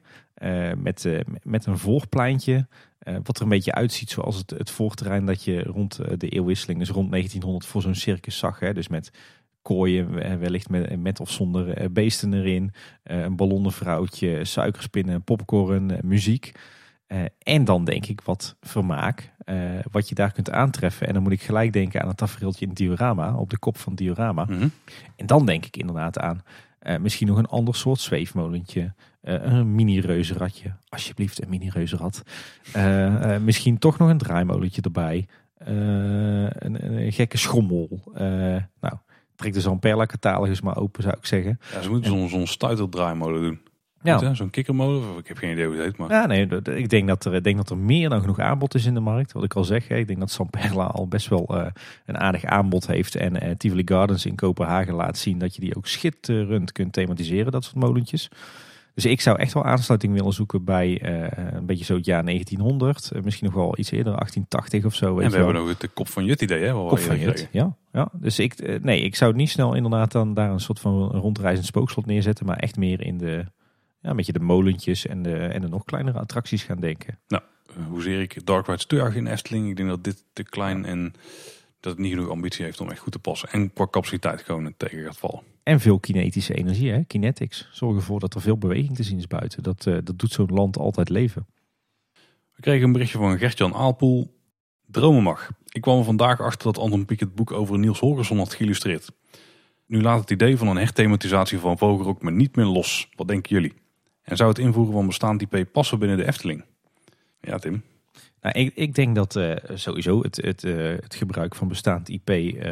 met een voorpleintje. Wat er een beetje uitziet zoals het voorterrein dat je rond de eeuwwisseling, dus rond 1900 voor zo'n circus zag. Hè? Dus met kooien, wellicht met of zonder beesten erin. Een ballonnenvrouwtje, suikerspinnen, popcorn, muziek. En dan denk ik wat vermaak, wat je daar kunt aantreffen. En dan moet ik gelijk denken aan het tafereeltje in het diorama, op de kop van het diorama. Mm-hmm. En dan denk ik inderdaad aan misschien nog een ander soort zweefmolentje. Een mini-reuzenradje. Alsjeblieft, een mini-reuzenrad. Misschien toch nog een draaimolentje erbij. Een gekke schommel. Nou, trek de Zamperla catalogus maar open, zou ik zeggen. Ja, ze moeten zo'n stuiterdraaimolen doen. Ja. Zo'n kikkermolen. Ik heb geen idee hoe het heet. Maar... Ja, nee, ik denk dat er meer dan genoeg aanbod is in de markt. Wat ik al zeg, ik denk dat Zamperla al best wel een aardig aanbod heeft. En Tivoli Gardens in Kopenhagen laat zien dat je die ook schitterend kunt thematiseren, dat soort molentjes. Dus ik zou echt wel aansluiting willen zoeken bij een beetje zo het jaar 1900. Misschien nog wel iets eerder, 1880 of zo. En we hebben nog het kop van Jut idee. Hè, kop van Jut, ja. Dus ik zou niet snel inderdaad dan daar een soort van rondreizend spookslot neerzetten. Maar echt meer in een beetje de molentjes en de nog kleinere attracties gaan denken. Nou, hoezeer ik Dark Rides te erg in Efteling. Ik denk dat dit te klein en dat het niet genoeg ambitie heeft om echt goed te passen. En qua capaciteit gewoon tegen gaat vallen. En veel kinetische energie, hè? Kinetics. Zorg ervoor dat er veel beweging te zien is buiten. Dat doet zo'n land altijd leven. We kregen een berichtje van Gert-Jan Aalpoel. Dromen mag. Ik kwam er vandaag achter dat Anton Pieck het boek over Niels Holgersson had geïllustreerd. Nu laat het idee van een herthematisatie van Vogelrok me niet meer los. Wat denken jullie? En zou het invoeren van bestaand IP passen binnen de Efteling? Ja, Tim. Nou, ik denk dat sowieso het gebruik van bestaand IP,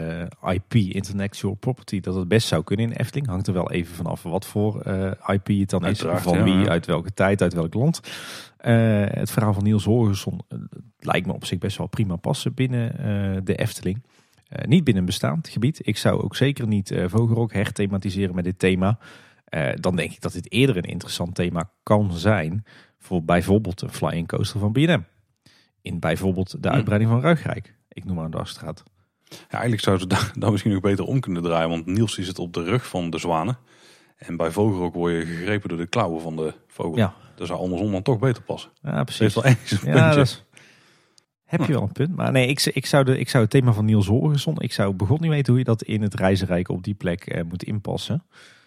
Intellectual Property, dat het best zou kunnen in Efteling. Hangt er wel even vanaf wat voor IP het dan is. Van wie, uit welke tijd, uit welk land. Het verhaal van Niels Holgersson lijkt me op zich best wel prima passen binnen de Efteling. Niet binnen een bestaand gebied. Ik zou ook zeker niet Vogelrok herthematiseren met dit thema. Dan denk ik dat dit eerder een interessant thema kan zijn voor bijvoorbeeld een flying coaster van B&M. In bijvoorbeeld de uitbreiding van Ruigrijk. Ik noem maar een Darkstraat. Ja, eigenlijk zouden ze daar misschien nog beter om kunnen draaien. Want Niels die zit op de rug van de zwanen. En bij Vogelrok word je gegrepen door de klauwen van de vogel. Ja. Dat zou andersom dan toch beter passen. Ja, precies. Heeft wel eens een puntje. Heb je wel een punt. Maar nee, ik zou het thema van Niels Holgersson... Ik zou begon niet weten hoe je dat in het Reizenrijk op die plek moet inpassen.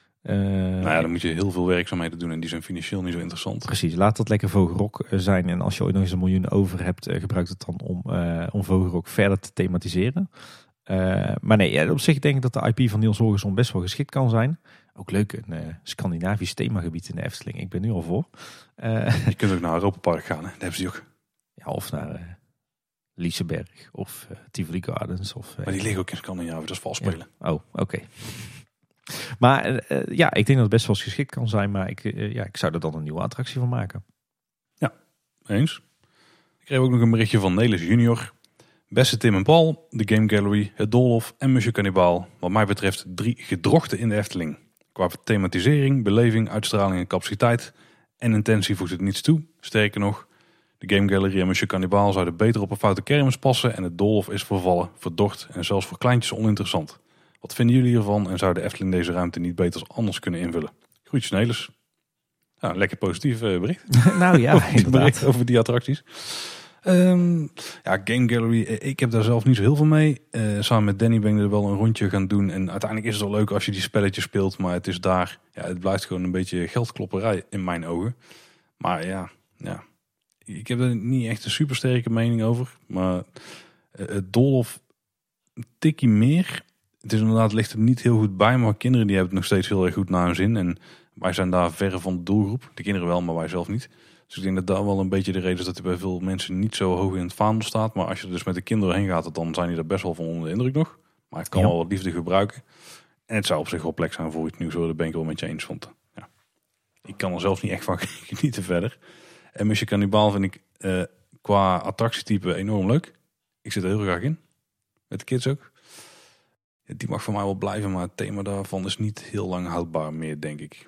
Dan moet je heel veel werkzaamheden doen en die zijn financieel niet zo interessant. Precies, laat dat lekker Vogelrok zijn. En als je ooit nog eens $1 miljoen over hebt, gebruik het dan om Vogelrok verder te thematiseren. Maar nee, op zich denk ik dat de IP van Niels Holgersson best wel geschikt kan zijn. Ook leuk, een Scandinavisch themagebied in de Efteling. Ik ben nu al voor. Je kunt ook naar Europa Park gaan, hè? Daar hebben ze die ook. Ja, of naar Liseberg of Tivoli Gardens. Maar die liggen ook in Scandinavië, dat is vals spelen. Ja. Oh, oké. Maar ik denk dat het best wel eens geschikt kan zijn. Maar ik zou er dan een nieuwe attractie van maken. Eens. Ik kreeg ook nog een berichtje van Nelis Junior. Beste Tim en Paul, de Game Gallery, het Doolhof en Monsieur Cannibal. Wat mij betreft 3 gedrochten in de Efteling. Qua thematisering, beleving, uitstraling en capaciteit. En intentie voegt het niets toe. Sterker nog, de Game Gallery en Monsieur Cannibal zouden beter op een foute kermis passen. En het Doolhof is vervallen, verdord en zelfs voor kleintjes oninteressant. Wat vinden jullie hiervan en zou de Efteling deze ruimte niet beter als anders kunnen invullen? Groetjes Nelis. Nou, lekker positief bericht. Nou ja, bericht over die attracties. Game Gallery, ik heb daar zelf niet zo heel veel mee. Samen met Danny ben ik er wel een rondje gaan doen. En uiteindelijk is het wel leuk als je die spelletjes speelt. Maar het is daar, het blijft gewoon een beetje geldklopperij in mijn ogen. Maar ja, ik heb er niet echt een super sterke mening over. Maar het Doolhof een tikkie meer. Het is inderdaad, ligt er niet heel goed bij. Maar kinderen die hebben het nog steeds heel erg goed naar hun zin. En wij zijn daar verre van de doelgroep. De kinderen wel, maar wij zelf niet. Dus ik denk dat daar wel een beetje de reden is dat hij bij veel mensen niet zo hoog in het vaandel staat. Maar als je er dus met de kinderen heen gaat, dan zijn die er best wel van onder de indruk nog. Maar het kan wel wat liefde gebruiken. En het zou op zich wel plek zijn voor iets nieuws. Daar ben ik wel met je eens. Want ik kan er zelfs niet echt van genieten verder. En Monsieur Cannibal vind ik qua attractietype enorm leuk. Ik zit er heel graag in. Met de kids ook. Die mag voor mij wel blijven, maar het thema daarvan is niet heel lang houdbaar meer, denk ik.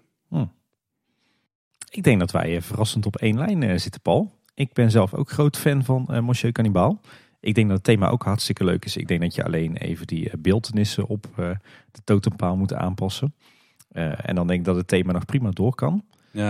Ik denk dat wij verrassend op één lijn zitten, Paul. Ik ben zelf ook groot fan van Monsieur Cannibal. Ik denk dat het thema ook hartstikke leuk is. Ik denk dat je alleen even die beeltenissen op de totempaal moet aanpassen. En dan denk ik dat het thema nog prima door kan. Ja,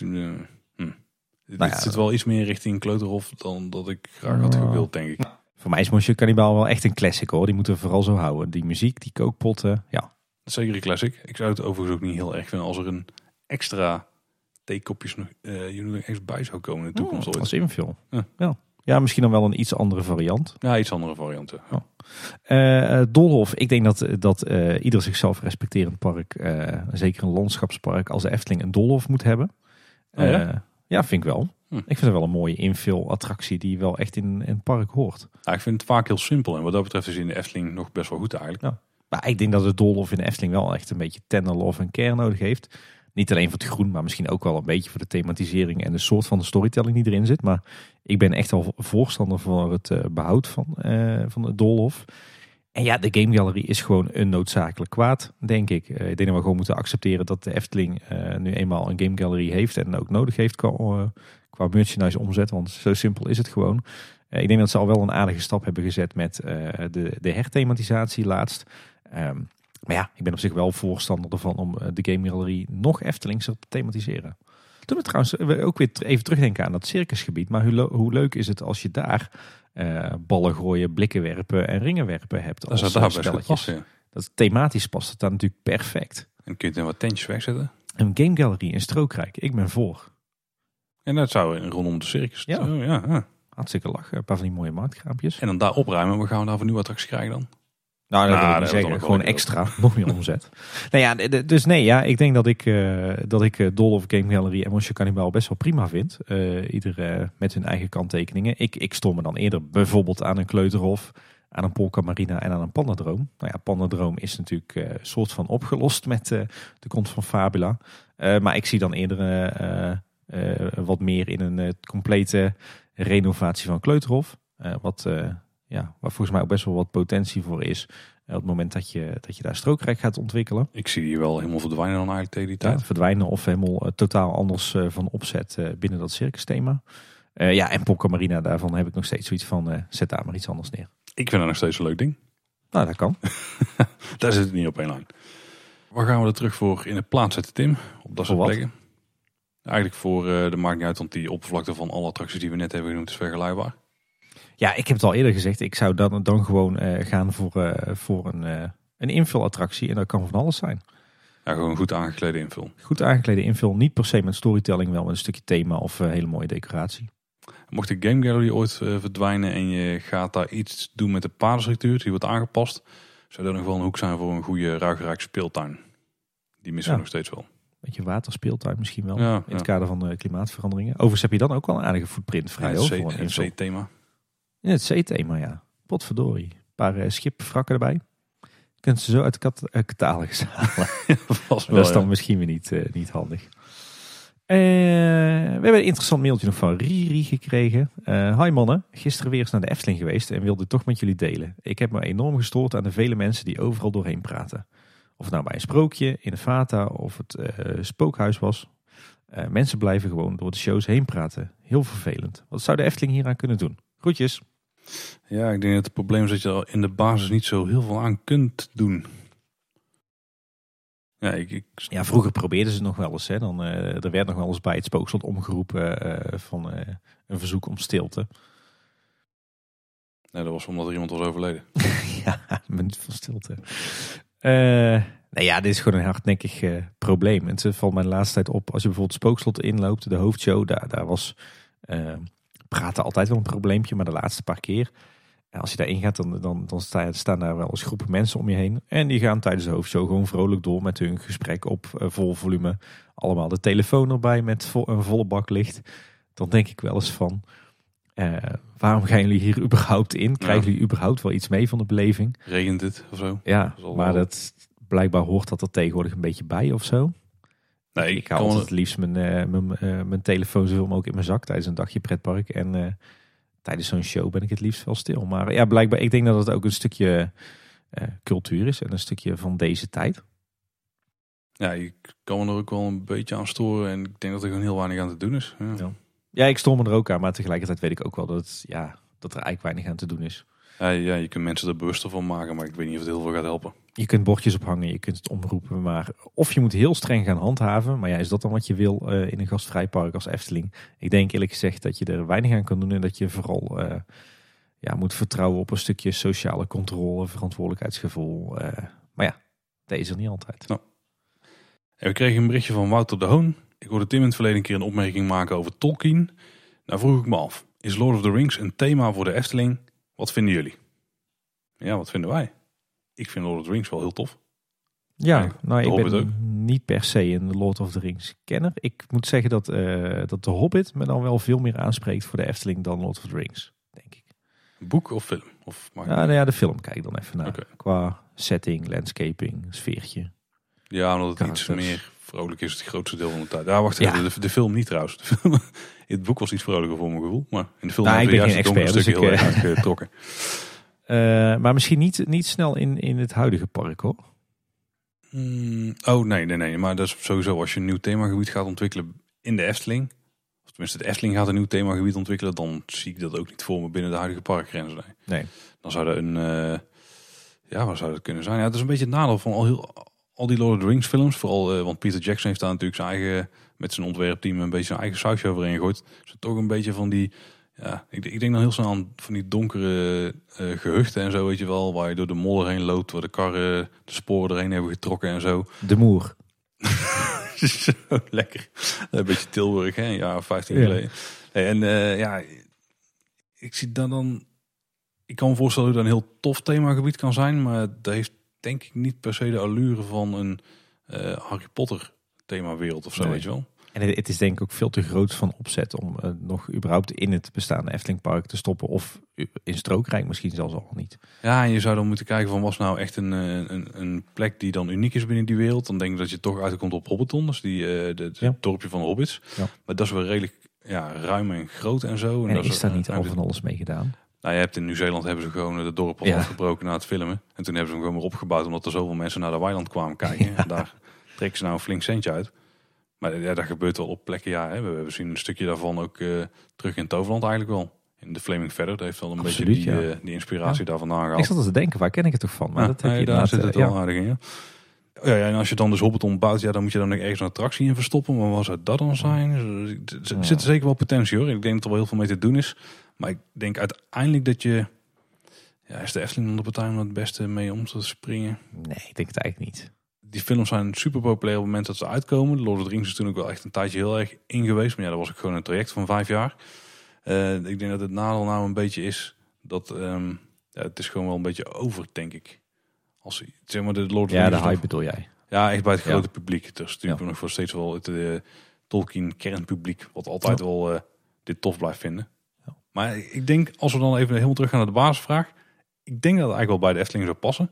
het zit wel iets meer richting Kleuterhof dan dat ik graag had gewild, denk ik. Voor mij is Monsieur Cannibal wel echt een classic, hoor. Die moeten we vooral zo houden. Die muziek, die kookpotten, ja. Zeker een classic. Ik zou het overigens ook niet heel erg vinden als er een extra theekopjes nog echt bij zou komen in de toekomst. Ooit. Als invul. Ja, misschien dan wel een iets andere variant. Ja, iets andere varianten. Doolhof, ik denk dat ieder zichzelf respecterend park, zeker een landschapspark als de Efteling, een Doolhof moet hebben. Ja, vind ik wel. Ik vind het wel een mooie invulattractie die wel echt in een park hoort. Ja, ik vind het vaak heel simpel en wat dat betreft is in de Efteling nog best wel goed eigenlijk. Ja. Maar ik denk dat de Doolhof in de Efteling wel echt een beetje tenderlof en care nodig heeft. Niet alleen voor het groen, maar misschien ook wel een beetje voor de thematisering en de soort van de storytelling die erin zit. Maar ik ben echt wel voorstander voor het behoud van de Doolhof. En ja, de Game Gallery is gewoon een noodzakelijk kwaad, denk ik. Ik denk dat we gewoon moeten accepteren dat de Efteling nu eenmaal een Game Gallery heeft en ook nodig heeft qua merchandise omzet. Want zo simpel is het gewoon. Ik denk dat ze al wel een aardige stap hebben gezet met de herthematisatie laatst. Maar ja, ik ben op zich wel voorstander ervan om de Game Gallery nog Eftelingser te thematiseren. Toen we trouwens ook weer even terugdenken aan dat circusgebied. Maar hoe leuk is het als je daar ballen gooien, blikken werpen en ringen werpen hebt. Dat zou daar best wel passen. Ja. Dat thematisch past het daar natuurlijk perfect. En kun je er wat tentjes wegzetten? Een Game Gallery in Strookrijk. Ik ben voor. En dat zou rondom de circus. Ja. Hartstikke lachen. Een paar van die mooie marktkraampjes. En dan daar opruimen. We gaan we daar voor nieuwe attractie krijgen dan? Nou, dat wil ik niet zeggen. Gewoon extra. Nog meer omzet. Ik denk dat ik Doolhof, Game Gallery en Monsieur Cannibal best wel prima vind. Ieder met hun eigen kanttekeningen. Ik stoor me dan eerder bijvoorbeeld aan een Kleuterhof, aan een Polka Marina en aan een Pandadroom. Nou ja, Pandadroom is natuurlijk een soort van opgelost met de komst van Fabula. Maar ik zie dan eerder wat meer in een complete renovatie van Kleuterhof. Waar volgens mij ook best wel wat potentie voor is. Op het moment dat je daar Strookrijk gaat ontwikkelen. Ik zie hier wel helemaal verdwijnen dan eigenlijk tegen die tijd. Ja, verdwijnen of helemaal totaal anders van opzet binnen dat circusthema. En Polka Marina, daarvan heb ik nog steeds zoiets van zet daar maar iets anders neer. Ik vind dat nog steeds een leuk ding. Nou, dat kan. Daar zit het niet op één lijn. Waar gaan we er terug voor in het plaats zetten, Tim? Op dat soort plekken. Eigenlijk voor de maakt niet uit, want die oppervlakte van alle attracties die we net hebben genoemd is vergelijkbaar. Ja, ik heb het al eerder gezegd. Ik zou dan gewoon gaan voor een invulattractie. En dat kan van alles zijn. Ja, gewoon goed aangeklede invul. Goed aangeklede invul. Niet per se met storytelling, wel met een stukje thema of hele mooie decoratie. Mocht de Game Gallery ooit verdwijnen en je gaat daar iets doen met de padenstructuur, die wordt aangepast, zou dat nog wel een hoek zijn voor een goede ruigrijke speeltuin. Die missen we nog steeds wel. Beetje waterspeeltuin misschien wel. In het kader van de klimaatveranderingen. Overigens heb je dan ook wel een aardige footprint vrij. Het C-thema. In het C-thema, ja. Potverdorie. Een paar schipwrakken erbij. Je kunt ze zo uit de catalogus halen. Was Dat is dan misschien weer niet handig. We hebben een interessant mailtje nog van Riri gekregen. Hi mannen, gisteren weer eens naar de Efteling geweest en wilde toch met jullie delen. Ik heb me enorm gestoord aan de vele mensen die overal doorheen praten. Of het nou bij een sprookje, in de Fata of het spookhuis was. Mensen blijven gewoon door de shows heen praten. Heel vervelend. Wat zou de Efteling hieraan kunnen doen? Groetjes. Ja, ik denk dat het probleem is dat je er in de basis niet zo heel veel aan kunt doen. Ja, Vroeger probeerden ze het nog wel eens. Hè. Er werd nog wel eens bij het spookslot omgeroepen van een verzoek om stilte. Nee, dat was omdat er iemand was overleden. Ja, een minuut van stilte. Dit is gewoon een hardnekkig probleem. En het valt mij de laatste tijd op. Als je bijvoorbeeld Spookslot inloopt, de hoofdshow, daar was praten altijd wel een probleempje. Maar de laatste paar keer, als je daarin gaat, dan staan daar wel eens groepen mensen om je heen. En die gaan tijdens de hoofdshow gewoon vrolijk door met hun gesprek op vol volume. Allemaal de telefoon erbij met een volle bak licht. Dan denk ik wel eens van, waarom gaan jullie hier überhaupt in? Krijgen jullie überhaupt wel iets mee van de beleving? Regent het of zo? Ja, maar blijkbaar hoort dat er tegenwoordig een beetje bij of zo. Nee, ik hou altijd het liefst mijn telefoon zoveel mogelijk in mijn zak tijdens een dagje pretpark. En tijdens zo'n show ben ik het liefst wel stil. Maar ja, blijkbaar, ik denk dat het ook een stukje cultuur is en een stukje van deze tijd. Ja, je kan me er ook wel een beetje aan storen. En ik denk dat er gewoon heel weinig aan te doen is. Ja, ik stoor me er ook aan. Maar tegelijkertijd weet ik ook wel dat er eigenlijk weinig aan te doen is. Ja, je kunt mensen er bewuster van maken. Maar ik weet niet of het heel veel gaat helpen. Je kunt bordjes ophangen, je kunt het omroepen. Maar of je moet heel streng gaan handhaven. Maar ja, is dat dan wat je wil in een gastvrij park als Efteling? Ik denk eerlijk gezegd dat je er weinig aan kan doen. En dat je vooral moet vertrouwen op een stukje sociale controle, verantwoordelijkheidsgevoel. Maar ja, dat is er niet altijd. Nou. En we kregen een berichtje van Wouter de Hoon. Ik hoorde Tim in het verleden een keer een opmerking maken over Tolkien. Nou vroeg ik me af, is Lord of the Rings een thema voor de Efteling? Wat vinden jullie? Ja, wat vinden wij? Ik vind Lord of the Rings wel heel tof. Ja, ik ben niet per se een Lord of the Rings kenner. Ik moet zeggen dat de Hobbit me dan wel veel meer aanspreekt voor de Efteling dan Lord of the Rings, denk ik. Boek of film? Of de film kijk ik dan even naar. Okay. Qua setting, landscaping, sfeertje. Ja, omdat het iets meer vrolijk is, het grootste deel van de tijd. Ja, wacht even, de film niet trouwens. In het boek was iets vrolijker voor mijn gevoel. Maar in de film ik ben geen expert, dus heel erg uitgetrokken. Maar misschien niet snel in het huidige park, hoor. Nee. Maar dat is sowieso als je een nieuw themagebied gaat ontwikkelen in de Efteling. Of tenminste, de Efteling gaat een nieuw themagebied ontwikkelen. Dan zie ik dat ook niet voor me binnen de huidige parkgrenzen. Nee. Dan zou er waar zou dat kunnen zijn? Ja, het is een beetje het nadeel van al die Lord of the Rings films. Vooral, want Peter Jackson heeft daar natuurlijk zijn eigen, met zijn ontwerpteam een beetje zijn eigen sausje overheen gegooid. Dus het toch een beetje van die, ik denk dan heel snel aan van die donkere gehuchten en zo, weet je wel. Waar je door de modder heen loopt, waar de karren de sporen erheen hebben getrokken en zo. De Moer. Zo lekker. Een beetje Tilburg, hè, een jaar of 15 geleden. Ik zie dan... Ik kan me voorstellen dat het een heel tof themagebied kan zijn, maar dat heeft denk ik niet per se de allure van een Harry Potter themawereld of zo, weet je wel. En het is denk ik ook veel te groot van opzet om nog überhaupt in het bestaande Eftelingpark te stoppen. Of in Strookrijk misschien zelfs al niet. Ja, en je zou dan moeten kijken van was nou echt een plek die dan uniek is binnen die wereld. Dan denk ik dat je toch uitkomt op Hobbiton, dus het dorpje van de Hobbits. Ja. Maar dat is wel redelijk ruim en groot en zo. En is daar niet al van alles mee gedaan? Nou, je hebt in Nieuw-Zeeland hebben ze gewoon het dorp afgebroken na het filmen. En toen hebben ze hem gewoon weer opgebouwd omdat er zoveel mensen naar de weiland kwamen kijken. Ja. En daar trekken ze nou een flink centje uit. Maar ja, dat gebeurt wel op plekken. Ja, hè. We hebben zien een stukje daarvan ook terug in Toverland eigenlijk wel. In de Flaming Feather. Dat heeft wel een beetje die inspiratie daarvan aangehaald. Ik zat te denken, waar ken ik het toch van? Maar dat heb je daar zit het wel aardig in, ja. En als je dan dus Hobbiton bouwt, dan moet je dan nog ergens een attractie in verstoppen. Maar wat zou dat dan zijn? Er zit zeker wel potentie, hoor. Ik denk dat er wel heel veel mee te doen is. Maar ik denk uiteindelijk dat je... Ja, is de Efteling dan de partij om het beste mee om te springen? Nee, ik denk het eigenlijk niet. Die films zijn super populair op het moment dat ze uitkomen. Lord of the Rings is toen ook wel echt een tijdje heel erg in geweest. Maar ja, dat was ook gewoon een traject van 5 jaar. Ik denk dat het nadeel nou een beetje is dat... het is gewoon wel een beetje over, denk ik. Als zeg maar de Lord of the Rings... Ja, de hype bedoel jij. Ja, echt bij het grote publiek. Er is natuurlijk nog voor steeds wel het Tolkien kernpubliek... wat altijd wel dit tof blijft vinden. Maar ik denk, als we dan even helemaal terug gaan naar de basisvraag. Ik denk dat het eigenlijk wel bij de Efteling zou passen.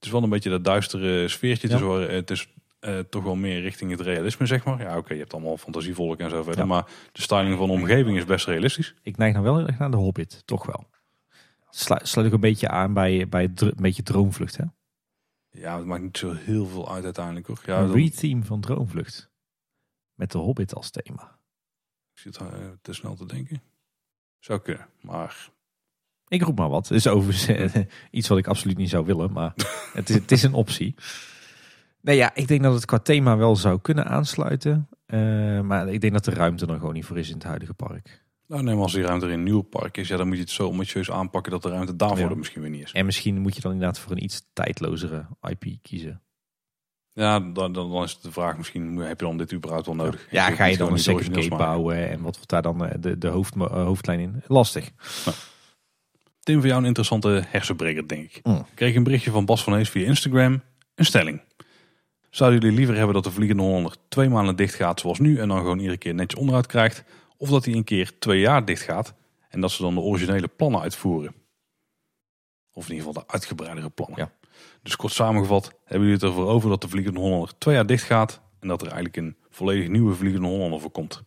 Het is wel een beetje dat duistere sfeertje. Ja. Het is toch wel meer richting het realisme, zeg maar. Ja, oké, je hebt allemaal fantasievolk en zo verder. Ja. Maar de styling van de omgeving is best realistisch. Ik neig nou wel heel erg naar de Hobbit, toch wel. Sluit ook een beetje aan bij een beetje Droomvlucht, hè? Ja, het maakt niet zo heel veel uit uiteindelijk, hoor. Ja, Een retheme van Droomvlucht. Met de Hobbit als thema. Ik zit te snel te denken. Zou kunnen, maar... Ik roep maar wat. Het is overigens iets wat ik absoluut niet zou willen, maar het is een optie. Nee, ja, ik denk dat het qua thema wel zou kunnen aansluiten. Maar ik denk dat de ruimte er gewoon niet voor is in het huidige park. Nou, nee, maar als die ruimte er in een nieuw park is, ja, dan moet je het zo ambitieus aanpakken dat de ruimte daarvoor er misschien weer niet is. En misschien moet je dan inderdaad voor een iets tijdlozere IP kiezen. Ja, dan is het de vraag, misschien heb je dan dit überhaupt wel nodig. Ja, Ik ga je niet dan gewoon een iets second origineels gate maken. bouwen en wat wordt daar dan de hoofdlijn in? Lastig. Tim, voor jou een interessante hersenbreker, denk ik. Mm. Ik kreeg een berichtje van Bas van Hees via Instagram. Een stelling. Zouden jullie liever hebben dat de Vliegende Hollander 2 maanden dicht gaat zoals nu en dan gewoon iedere keer netjes onderhoud krijgt? Of dat hij een keer 2 jaar dicht gaat en dat ze dan de originele plannen uitvoeren? Of in ieder geval de uitgebreidere plannen. Ja. Dus kort samengevat, hebben jullie het ervoor over dat de Vliegende Hollander 2 jaar dicht gaat en dat er eigenlijk een volledig nieuwe Vliegende Hollander voor komt?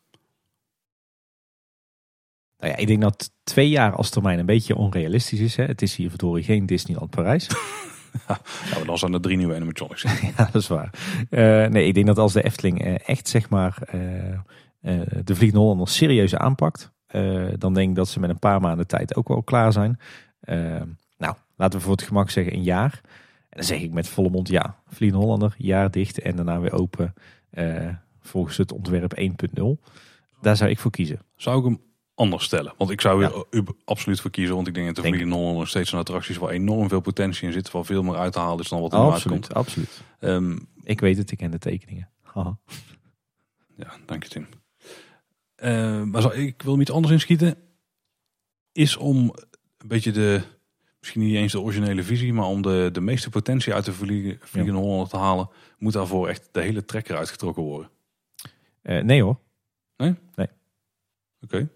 Nou ja, ik denk dat 2 jaar als termijn een beetje onrealistisch is. Hè. Het is hier verdorie geen Disneyland Parijs. Ja, maar dan zijn er 3 nieuwe animatronics. Ja, dat is waar. Nee, ik denk dat als de Efteling echt zeg maar de Vliegende Hollander serieus aanpakt, dan denk ik dat ze met een paar maanden tijd ook wel klaar zijn. Nou, laten we voor het gemak zeggen een jaar. En dan zeg ik met volle mond ja. Vliegende Hollander, jaar dicht en daarna weer open volgens het ontwerp 1.0. Daar zou ik voor kiezen. Zou ik hem anders stellen? Want ik zou er absoluut voor kiezen. Want ik denk dat de Vliegende Hollander nog steeds een attractie is waar enorm veel potentie in zit. Waar veel meer uit te halen is dan wat er uitkomt. Absoluut. Ik weet het, ik ken de tekeningen. Haha. Ja, dank je Tim. Maar ik wil hem iets anders inschieten. Is om een beetje misschien niet eens de originele visie, maar om de meeste potentie uit de Vliegende Hollander te halen, moet daarvoor echt de hele trekker uitgetrokken worden. Nee hoor. Nee? Nee. Oké.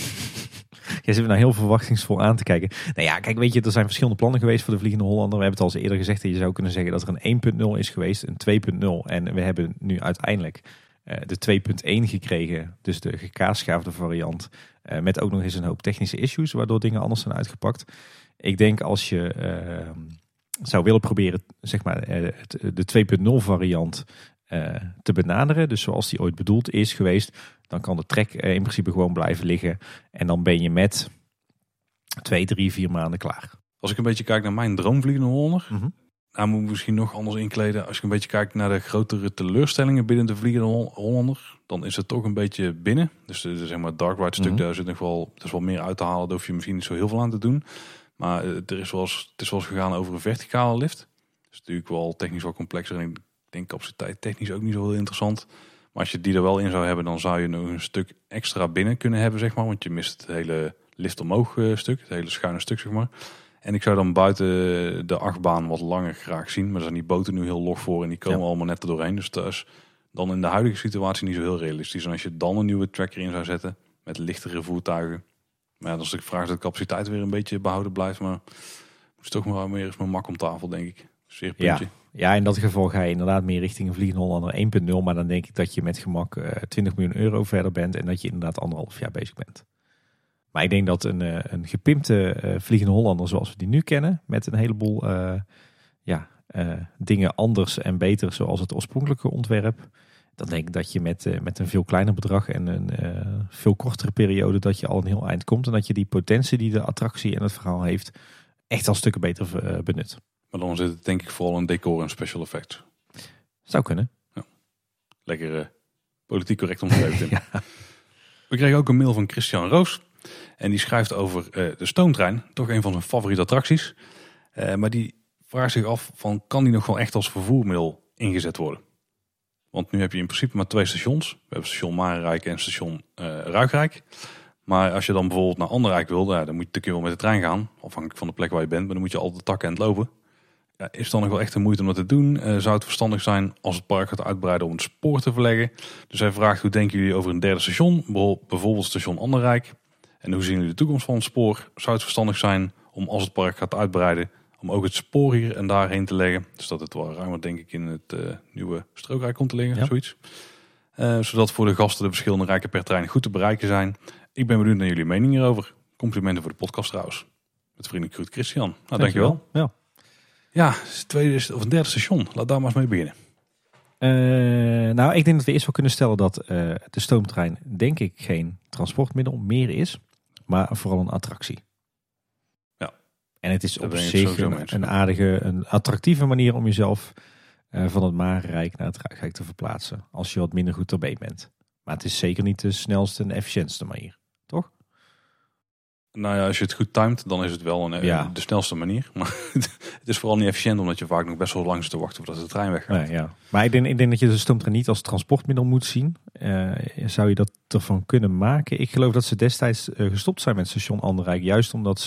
Jij zit me nou heel verwachtingsvol aan te kijken. Nou ja, kijk, weet je, er zijn verschillende plannen geweest voor de Vliegende Hollander. We hebben het al eens eerder gezegd dat je zou kunnen zeggen dat er een 1.0 is geweest, een 2.0. En we hebben nu uiteindelijk de 2.1 gekregen. Dus de gekaasschaafde variant. Met ook nog eens een hoop technische issues, waardoor dingen anders zijn uitgepakt. Ik denk als je zou willen proberen, zeg maar, de 2.0 variant te benaderen. Dus zoals die ooit bedoeld is geweest. Dan kan de trek in principe gewoon blijven liggen. En dan ben je met 2, 3, 4 maanden klaar. Als ik een beetje kijk naar mijn droomvliegende Hollander. Nou moet ik misschien nog anders inkleden. Als ik een beetje kijk naar de grotere teleurstellingen binnen de Vliegende Hollander. Dan is het toch een beetje binnen. Dus zeg maar het Dark Ride stuk, daar zit nog wel, er is wel meer uit te halen. Daar hoef je misschien niet zo heel veel aan te doen. Maar het is wel eens gegaan over een verticale lift. Dat is natuurlijk wel technisch wel complexer. En ik denk capaciteit technisch ook niet zo heel interessant. Maar als je die er wel in zou hebben, dan zou je nog een stuk extra binnen kunnen hebben, zeg maar. Want je mist het hele lift omhoog stuk. Het hele schuine stuk, zeg maar. En ik zou dan buiten de achtbaan wat langer graag zien. Maar daar zijn die boten nu heel log voor en die komen allemaal net er doorheen. Dus dat is dan in de huidige situatie niet zo heel realistisch. En als je dan een nieuwe tracker in zou zetten met lichtere voertuigen. Maar ja, dan is de vraag dat de capaciteit weer een beetje behouden blijft. Maar moest toch maar weer eens mijn mak om tafel, denk ik. Zeer puntje. Ja, in dat geval ga je inderdaad meer richting een Vliegende Hollander 1.0. Maar dan denk ik dat je met gemak 20 miljoen euro verder bent. En dat je inderdaad 1,5 jaar bezig bent. Maar ik denk dat een gepimpte Vliegende Hollander zoals we die nu kennen. Met een heleboel dingen anders en beter zoals het oorspronkelijke ontwerp. Dan denk ik dat je met een veel kleiner bedrag en een veel kortere periode dat je al een heel eind komt. En dat je die potentie die de attractie en het verhaal heeft echt al stukken beter benut. Maar dan zit het denk ik vooral in decor en special effects. Zou kunnen. Ja. Lekker politiek correct omschreven. Ja. We kregen ook een mail van Christian Roos. En die schrijft over de stoomtrein. Toch een van zijn favoriete attracties. Maar die vraagt zich af van kan die nog wel echt als vervoermiddel ingezet worden? Want nu heb je in principe maar 2 stations. We hebben station Marenrijk en station Ruigrijk. Maar als je dan bijvoorbeeld naar Anderrijk wil, dan moet je natuurlijk wel met de trein gaan. Afhankelijk van de plek waar je bent. Maar dan moet je altijd de takken en het lopen. Ja, is het dan nog wel echt de moeite om dat te doen? Zou het verstandig zijn als het park gaat uitbreiden om het spoor te verleggen? Dus hij vraagt hoe denken jullie over een derde station? Bijvoorbeeld station Anderrijk. En hoe zien jullie de toekomst van het spoor? Zou het verstandig zijn om als het park gaat uitbreiden Om ook het spoor hier en daarheen te leggen. Dus dat het wel ruimer denk ik in het nieuwe strookrijk komt te liggen. Ja. Zoiets. Zodat voor de gasten de verschillende rijken per trein goed te bereiken zijn. Ik ben benieuwd naar jullie mening hierover. Complimenten voor de podcast trouwens. Met vriendelijk groet Christian. Nou, dankjewel. Ja. Ja, het is het tweede of een derde station. Laat daar maar eens mee beginnen. Nou, ik denk dat we eerst wel kunnen stellen dat de stoomtrein denk ik geen transportmiddel meer is. Maar vooral een attractie. Ja. En het is Daar op ben ik het zich sowieso mee eens. een aardige, een attractieve manier om jezelf van het Marenrijk naar het Ruigrijk te verplaatsen. Als je wat minder goed erbij bent. Maar het is zeker niet de snelste en efficiëntste manier. Toch? Nou ja, als je het goed timet, dan is het wel de snelste manier. Maar het is vooral niet efficiënt, omdat je vaak nog best wel lang zit te wachten voordat de trein weggaat. Nee, ja. Maar ik denk dat je de stoomtrein niet als transportmiddel moet zien. Zou je dat ervan kunnen maken? Ik geloof dat ze destijds gestopt zijn met station Anderrijk. Juist omdat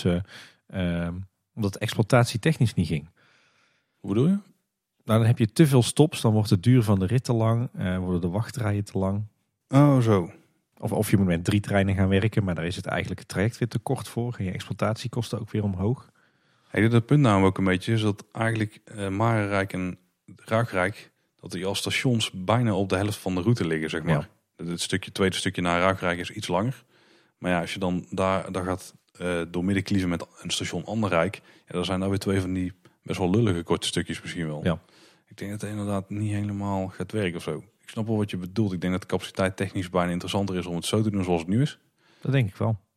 de exploitatie technisch niet ging. Hoe bedoel je? Nou, dan heb je te veel stops. Dan wordt de duur van de rit te lang. Worden de wachtrijen te lang. Oh, zo. Of je moet met 3 treinen gaan werken. Maar daar is het eigenlijk het traject weer te kort voor. En je exploitatiekosten ook weer omhoog. Hey, dat punt nou ook een beetje is dat eigenlijk Marenrijk en Ruigrijk, dat die als stations bijna op de helft van de route liggen, zeg maar. Ja. Het tweede stukje naar Ruigrijk is iets langer. Maar ja, als je dan daar gaat door midden kiezen met een station Anderrijk, ja, dan zijn daar weer 2 van die best wel lullige korte stukjes misschien wel. Ja. Ik denk dat het inderdaad niet helemaal gaat werken of zo. Ik snap wel wat je bedoelt. Ik denk dat de capaciteit technisch bijna interessanter is om het zo te doen zoals het nu is. Dat denk ik wel.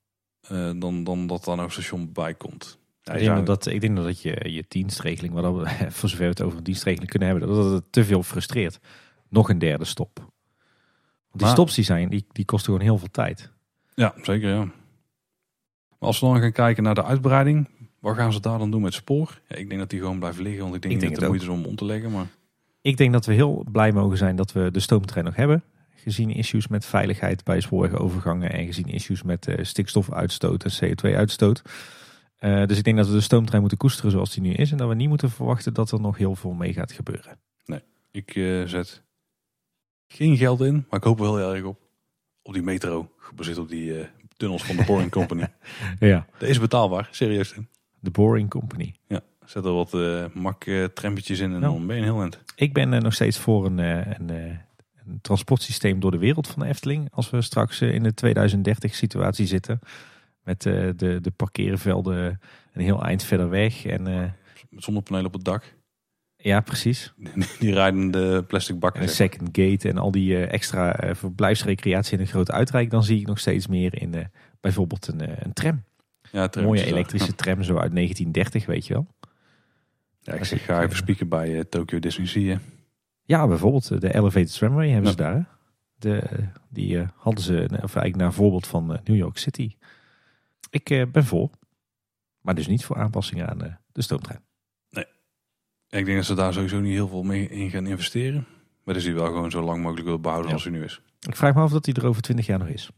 Dan dat daar nog een station bij komt. Ja, ik denk dat je dienstregeling, wat we, voor zover we het over een dienstregeling kunnen hebben, dat het te veel frustreert. Nog een derde stop. Want die stops die kosten gewoon heel veel tijd. Ja, zeker ja. Maar als we dan gaan kijken naar de uitbreiding, wat gaan ze daar dan doen met spoor? Ja, ik denk dat die gewoon blijven liggen, want ik denk dat het de moeite is om te leggen. Maar ik denk dat we heel blij mogen zijn dat we de stoomtrein nog hebben. Gezien issues met veiligheid bij spoorwegovergangen en gezien issues met stikstofuitstoot en CO2-uitstoot. Dus ik denk dat we de stoomtrein moeten koesteren zoals die nu is. En dat we niet moeten verwachten dat er nog heel veel mee gaat gebeuren. Nee, ik zet geen geld in, maar ik hoop wel heel erg op die metro. Gebaseerd op die tunnels van de Boring Company. Ja. Dat is betaalbaar, serieus. De Boring Company. Ja, zet er wat trampetjes in en dan ben je een heel eind. Ik ben nog steeds voor een transportsysteem door de wereld van de Efteling. Als we straks in de 2030 situatie zitten. Met de parkeervelden een heel eind verder weg. En, met zonnepanelen op het dak. Ja, precies. Die rijdende plastic bakken. En een second gate en al die extra verblijfsrecreatie in een grote uitrijk. Dan zie ik nog steeds meer in bijvoorbeeld een tram. Ja, een mooie elektrische tram zo uit 1930, weet je wel. Ja, ik zeg, ga even spieken bij Tokyo Disney Sea. Ja, bijvoorbeeld de Elevated Tramway hebben ze daar. Die hadden ze eigenlijk naar voorbeeld van New York City. Ik ben voor. Maar dus niet voor aanpassingen aan de stoomtrein. Nee. Ik denk dat ze daar sowieso niet heel veel mee in gaan investeren. Maar dat is die wel gewoon zo lang mogelijk willen behouden als hij nu is. Ik vraag me af of hij er over 20 jaar nog is.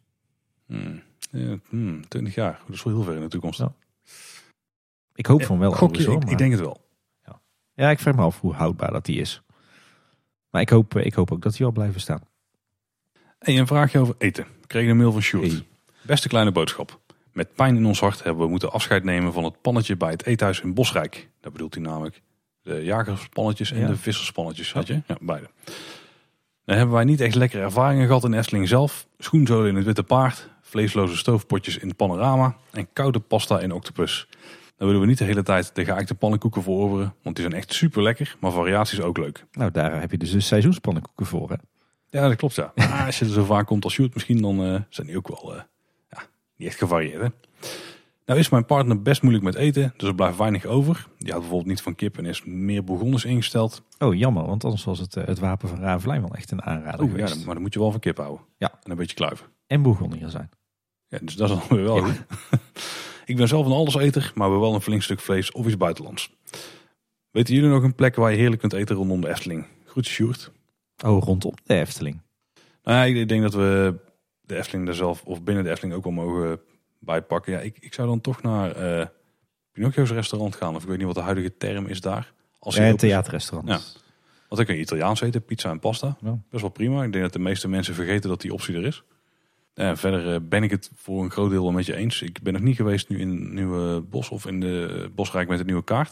20 jaar. Dat is wel heel ver in de toekomst. Ja. Ik hoop van wel. Ik denk het wel. Ja, ik vraag me af hoe houdbaar dat die is. Maar ik hoop ook dat hij wel blijven staan. Hey, een vraagje over eten. Ik kreeg een mail van Sjoerd. Hey. Beste kleine boodschap. Met pijn in ons hart hebben we moeten afscheid nemen van het pannetje bij het eethuis in Bosrijk. Dat bedoelt hij namelijk de jagerspannetjes en de visserspannetjes. Had je? Ja, beide. Dan hebben wij niet echt lekkere ervaringen gehad in Efteling zelf. Schoenzolen in het Witte Paard, vleesloze stoofpotjes in het Panorama en koude pasta in Octopus. Dan willen we niet de hele tijd de geëikte pannenkoeken veroveren, want die zijn echt super lekker, maar variaties ook leuk. Nou, daar heb je dus de seizoenspannenkoeken voor, hè? Ja, dat klopt, ja. Maar als je er zo vaak komt als Sjoerd, misschien dan zijn die ook wel niet echt gevarieerd, hè? Nou is mijn partner best moeilijk met eten, dus er blijft weinig over. Die houdt bijvoorbeeld niet van kip en is meer bourgondisch ingesteld. Oh, jammer, want anders was het wapen van Ravelijn wel echt een aanrader geweest. Ja, maar dan moet je wel van kip houden. Ja. En een beetje kluiven. En bourgondier zijn. Ja, dus dat is dan weer wel goed. Ik ben zelf een alleseter, maar wel een flink stuk vlees of iets buitenlands. Weten jullie nog een plek waar je heerlijk kunt eten rondom de Efteling? Groetjes, Sjoerd. Oh, rondom de Efteling? Nou ja, ik denk dat we de Efteling daar zelf of binnen de Efteling ook wel mogen bijpakken. Ja, ik zou dan toch naar Pinocchio's restaurant gaan. Of ik weet niet wat de huidige term is daar. Als een theaterrestaurant. Ja. Want dan kun je Italiaans eten, pizza en pasta. Ja. Best wel prima. Ik denk dat de meeste mensen vergeten dat die optie er is. Verder ben ik het voor een groot deel wel met je eens. Ik ben nog niet geweest nu in het Nieuwe Bos of in de Bosrijk met de nieuwe kaart.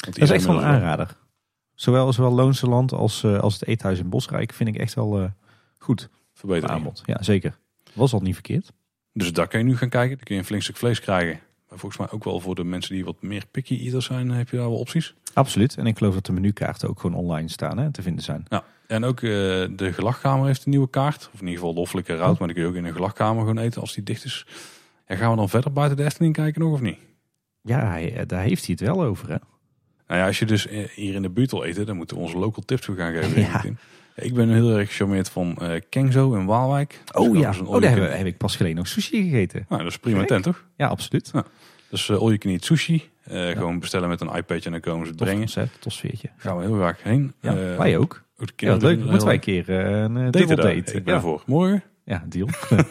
Dat is echt wel een aanrader. Zowel Loonse Land als het Eethuis in Bosrijk vind ik echt wel goed. Verbetering. Aanbod. Ja, zeker. Was al niet verkeerd. Dus daar kun je nu gaan kijken. Dan kun je een flink stuk vlees krijgen. Maar volgens mij ook wel voor de mensen die wat meer picky eaters zijn, heb je daar wel opties. Absoluut. En ik geloof dat de menukaarten ook gewoon online staan, hè, te vinden zijn. Ja. En ook de gelachkamer heeft een nieuwe kaart. Of in ieder geval loffelijke rout. Maar die kun je ook in een gelachkamer gewoon eten als die dicht is. En gaan we dan verder buiten de Efteling kijken nog of niet? Ja, daar heeft hij het wel over, hè? Nou ja, als je dus hier in de buurt wil eten, dan moeten we onze local tips voor gaan geven. Ja. Ik ben heel erg gecharmeerd van Kengzo in Waalwijk. Oh ja, daar heb heb ik pas geleden nog sushi gegeten. Nou, dat is prima tent, toch? Ja, absoluut. Ja. Dus all you can eat sushi. Gewoon bestellen met een iPadje en dan komen ze het brengen. Concept, tof sfeertje. Gaan we heel graag heen. Ja, wij ook. Ook de Ja, kinderen leuk. Moeten wij een keer een dubbel date. Ik ben voor. Morgen? Ja, deal.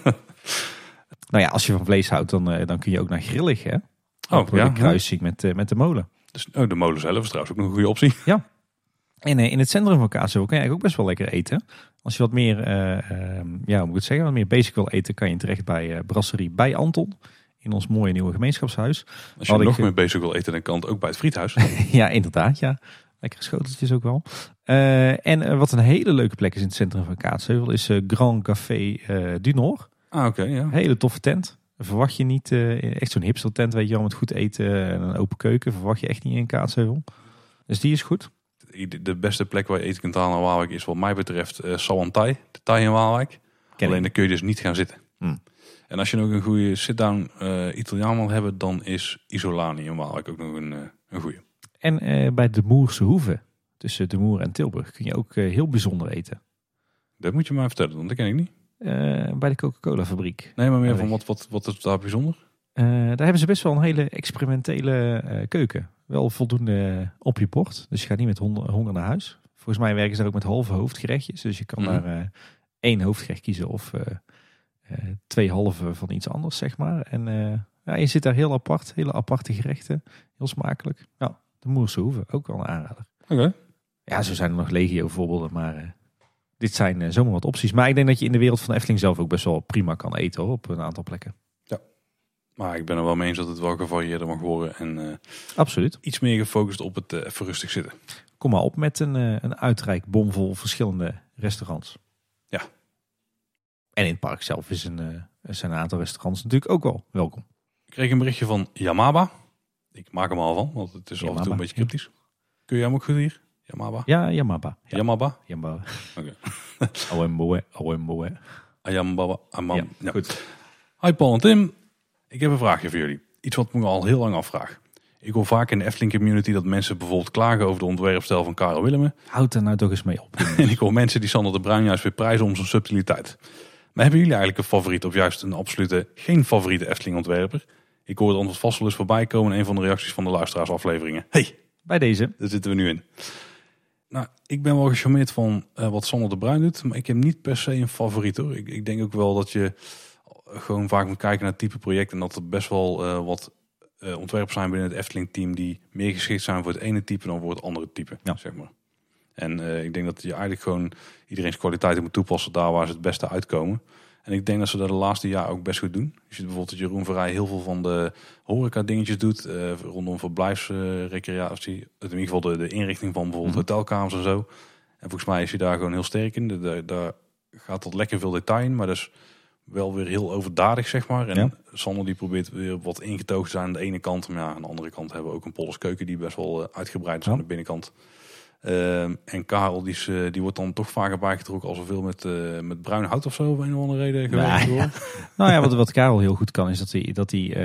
Nou ja, als je van vlees houdt, dan kun je ook naar Grillig, hè? Op de kruising met de molen. Dus, de molen zelf is trouwens ook nog een goede optie. Ja. En in het centrum van Kaatsheuvel kan je eigenlijk ook best wel lekker eten. Als je wat meer, hoe moet ik het zeggen, wat meer basic wil eten, kan je terecht bij Brasserie bij Anton. In ons mooie nieuwe gemeenschapshuis. Als je nog meer bezig wil eten, dan kan het ook bij het friethuis. Ja, inderdaad, ja. Lekkere schoteltjes ook wel. En wat een hele leuke plek is in het centrum van Kaatsheuvel is Grand Café du Nord. Ah, oké, ja. Hele toffe tent. Verwacht je niet, echt zo'n hipster tent, weet je wel, met goed eten en een open keuken. Verwacht je echt niet in Kaatsheuvel. Dus die is goed. De beste plek waar je eten kunt halen in Waalwijk is wat mij betreft Sawantai, de Thai in Waalwijk. Alleen dan kun je dus niet gaan zitten. En als je nog een goede sit-down Italiaan wil hebben, dan is Isolani in Waalwijk ook nog een goede. En bij de Moerse Hoeve, tussen de Moer en Tilburg, kun je ook heel bijzonder eten. Dat moet je maar vertellen, want dat ken ik niet. Bij de Coca-Cola fabriek. Nee, maar meer van wat is daar bijzonder? Daar hebben ze best wel een hele experimentele keuken. Wel voldoende op je bord. Dus je gaat niet met honger naar huis. Volgens mij werken ze daar ook met halve hoofdgerechtjes. Dus je kan daar 1 hoofdgerecht kiezen of 2 halve van iets anders, zeg maar. En je zit daar heel apart. Hele aparte gerechten. Heel smakelijk. Ja, de Moerse Hoeve, ook wel een aanrader. Oké. Ja, zo zijn er nog legio voorbeelden, maar dit zijn zomaar wat opties. Maar ik denk dat je in de wereld van de Efteling zelf ook best wel prima kan eten, hoor, op een aantal plekken. Ja, maar ik ben er wel mee eens dat het wel gevarieerder mag worden. En absoluut. Iets meer gefocust op het even rustig zitten. Kom maar op met een uitreik bomvol verschillende restaurants. Ja. En in het park zelf zijn een aantal restaurants natuurlijk ook wel welkom. Ik kreeg een berichtje van Yamaba. Ik maak hem al van, want het is af en toe een beetje cryptisch. Kun je hem ook goed hier? Yamaba? Ja, Yamaba. Ja. Yamaba? Yamaba. Oké. Awemboe. Yamaba. Ja, goed. Hi Paul en Tim. Ik heb een vraagje voor jullie. Iets wat ik me al heel lang afvraag. Ik hoor vaak in de Efteling community dat mensen bijvoorbeeld klagen over de ontwerpstijl van Karel Willemen. Houd daar nou toch eens mee op. En ik hoor mensen die Sander de Bruin juist weer prijzen om zijn subtiliteit. Maar hebben jullie eigenlijk een favoriet of juist een absolute geen favoriete Efteling ontwerper? Ik hoor het antwoord vast wel eens voorbij komen in een van de reacties van de luisteraarsafleveringen. Hey, bij deze. Daar zitten we nu in. Nou, ik ben wel gecharmeerd van wat Sander de Bruin doet, maar ik heb niet per se een favoriet, hoor. Ik denk ook wel dat je gewoon vaak moet kijken naar het type project en dat er best wel wat ontwerpers zijn binnen het Efteling team die meer geschikt zijn voor het ene type dan voor het andere type, zeg maar. En ik denk dat je eigenlijk gewoon iedereen's kwaliteiten moet toepassen daar waar ze het beste uitkomen. En ik denk dat ze dat de laatste jaar ook best goed doen. Je ziet bijvoorbeeld dat Jeroen Verrij heel veel van de horeca dingetjes doet. Rondom verblijfsrecreatie. In ieder geval de inrichting van bijvoorbeeld hotelkamers en zo. En volgens mij is hij daar gewoon heel sterk in. Daar gaat tot lekker veel detail in. Maar dus wel weer heel overdadig, zeg maar. En Sander die probeert weer wat ingetogen te zijn aan de ene kant. Maar ja, aan de andere kant hebben we ook een polderskeuken die best wel uitgebreid is aan de binnenkant. En Karel die wordt dan toch vaker bijgetrokken als er veel met bruin hout of zo op een of andere reden gewerkt wordt. Nou ja, wat Karel heel goed kan is dat hij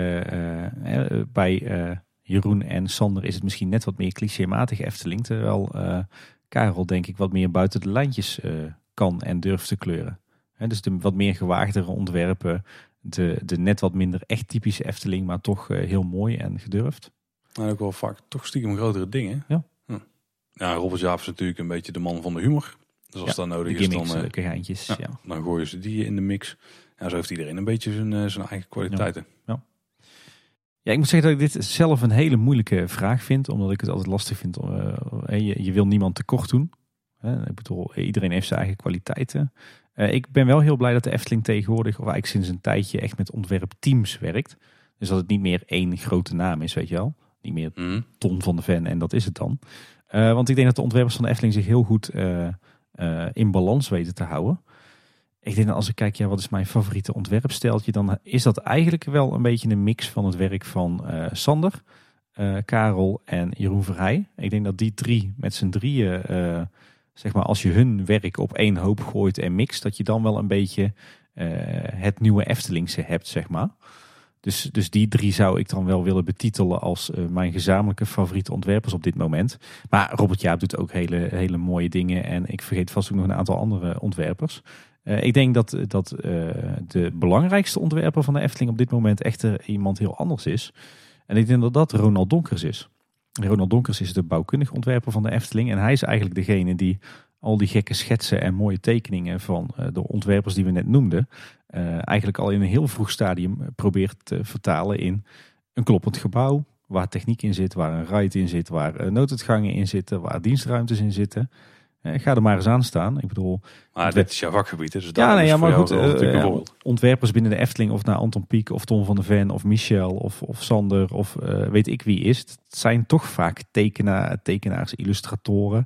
bij Jeroen en Sander is het misschien net wat meer clichématig Efteling. Terwijl Karel denk ik wat meer buiten de lijntjes kan en durft te kleuren. Dus de wat meer gewaagdere ontwerpen. De net wat minder echt typische Efteling, maar toch heel mooi en gedurfd. Nou, ook wel vaak toch stiekem grotere dingen. Ja. Ja, Robert Jaap is natuurlijk een beetje de man van de humor. Dus als dat nodig is, dan geintjes, dan gooien ze die in de mix. Ja, zo heeft iedereen een beetje zijn eigen kwaliteiten. Ja, ik moet zeggen dat ik dit zelf een hele moeilijke vraag vind. Omdat ik het altijd lastig vind. Je wil niemand tekort doen. Ik bedoel, iedereen heeft zijn eigen kwaliteiten. Ik ben wel heel blij dat de Efteling tegenwoordig, of eigenlijk sinds een tijdje, echt met ontwerpteams werkt. Dus dat het niet meer één grote naam is, weet je wel. Niet meer Ton van de Ven en dat is het dan. Want ik denk dat de ontwerpers van de Efteling zich heel goed in balans weten te houden. Ik denk dat als ik kijk, wat is mijn favoriete ontwerpstijltje, dan is dat eigenlijk wel een beetje een mix van het werk van Sander, Karel en Jeroen Verheij. Ik denk dat die 3 met z'n drieën, zeg maar, als je hun werk op één hoop gooit en mixt, dat je dan wel een beetje het nieuwe Eftelingse hebt, zeg maar. Dus die 3 zou ik dan wel willen betitelen als mijn gezamenlijke favoriete ontwerpers op dit moment. Maar Robert Jaap doet ook hele mooie dingen en ik vergeet vast ook nog een aantal andere ontwerpers. Ik denk dat de belangrijkste ontwerper van de Efteling op dit moment echter iemand heel anders is. En ik denk dat dat Ronald Donkers is. Ronald Donkers is de bouwkundig ontwerper van de Efteling. En hij is eigenlijk degene die al die gekke schetsen en mooie tekeningen van de ontwerpers die we net noemden, eigenlijk al in een heel vroeg stadium probeert te vertalen in een kloppend gebouw. Waar techniek in zit, waar een ride in zit, waar nooduitgangen in zitten, waar dienstruimtes in zitten. Ga er maar eens aan staan. Ik bedoel, maar dit is jouw vakgebied, dus maar goed. Ontwerpers binnen de Efteling, of naar Anton Pieck of Ton van de Ven of Michel of Sander of weet ik wie is. Het zijn toch vaak tekenaars, illustratoren.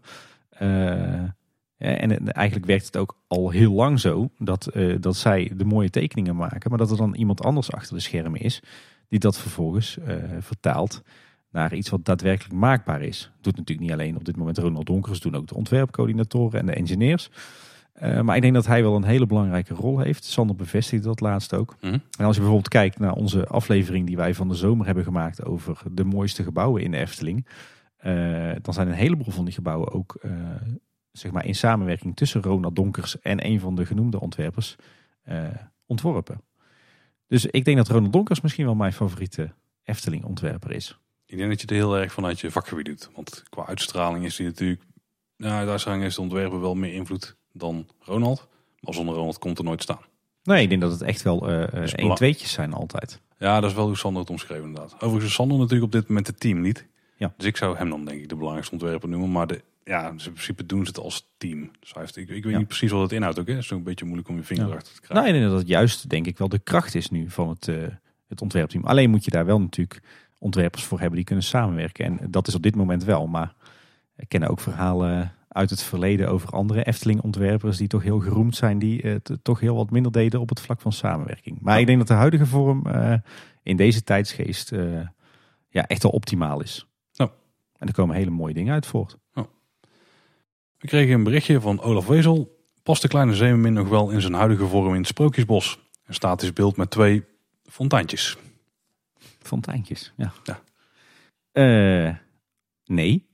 En eigenlijk werkt het ook al heel lang zo dat zij de mooie tekeningen maken, maar dat er dan iemand anders achter de schermen is die dat vervolgens vertaalt naar iets wat daadwerkelijk maakbaar is. Doet natuurlijk niet alleen op dit moment Ronald Donkers, doen ook de ontwerpcoördinatoren en de engineers. Maar ik denk dat hij wel een hele belangrijke rol heeft. Sander bevestigde dat laatst ook. En als je bijvoorbeeld kijkt naar onze aflevering die wij van de zomer hebben gemaakt over de mooiste gebouwen in de Efteling, dan zijn een heleboel van die gebouwen ook zeg maar in samenwerking tussen Ronald Donkers en een van de genoemde ontwerpers ontworpen. Dus ik denk dat Ronald Donkers misschien wel mijn favoriete Efteling ontwerper is. Ik denk dat je het heel erg vanuit je vakgebied doet. Want qua uitstraling is die natuurlijk, uitstraling heeft de ontwerper wel meer invloed dan Ronald. Maar zonder Ronald komt er nooit staan. Nee, ik denk dat het echt wel 1-2'tjes zijn altijd. Ja, dat is wel hoe Sander het omschreven inderdaad. Overigens is Sander natuurlijk op dit moment het team niet. Ja. Dus ik zou hem dan denk ik de belangrijkste ontwerper noemen. Maar dus in principe doen ze het als team. Dus hij heeft, ik weet niet precies wat het inhoudt ook. Hè. Het is ook een beetje moeilijk om je vinger erachter te krijgen. Nou, ik denk dat het juist denk ik wel de kracht is nu van het ontwerpteam. Alleen moet je daar wel natuurlijk ontwerpers voor hebben die kunnen samenwerken. En dat is op dit moment wel. Maar ik ken ook verhalen uit het verleden over andere Efteling-ontwerpers die toch heel geroemd zijn, die het toch heel wat minder deden op het vlak van samenwerking. Maar ik denk dat de huidige vorm in deze tijdsgeest echt wel optimaal is. Ja. En er komen hele mooie dingen uit voort. Ja. We kregen een berichtje van Olaf Wezel. Past de kleine zeemermin nog wel in zijn huidige vorm in het Sprookjesbos? Een statisch beeld met 2 fonteintjes. Fonteintjes, ja. Nee.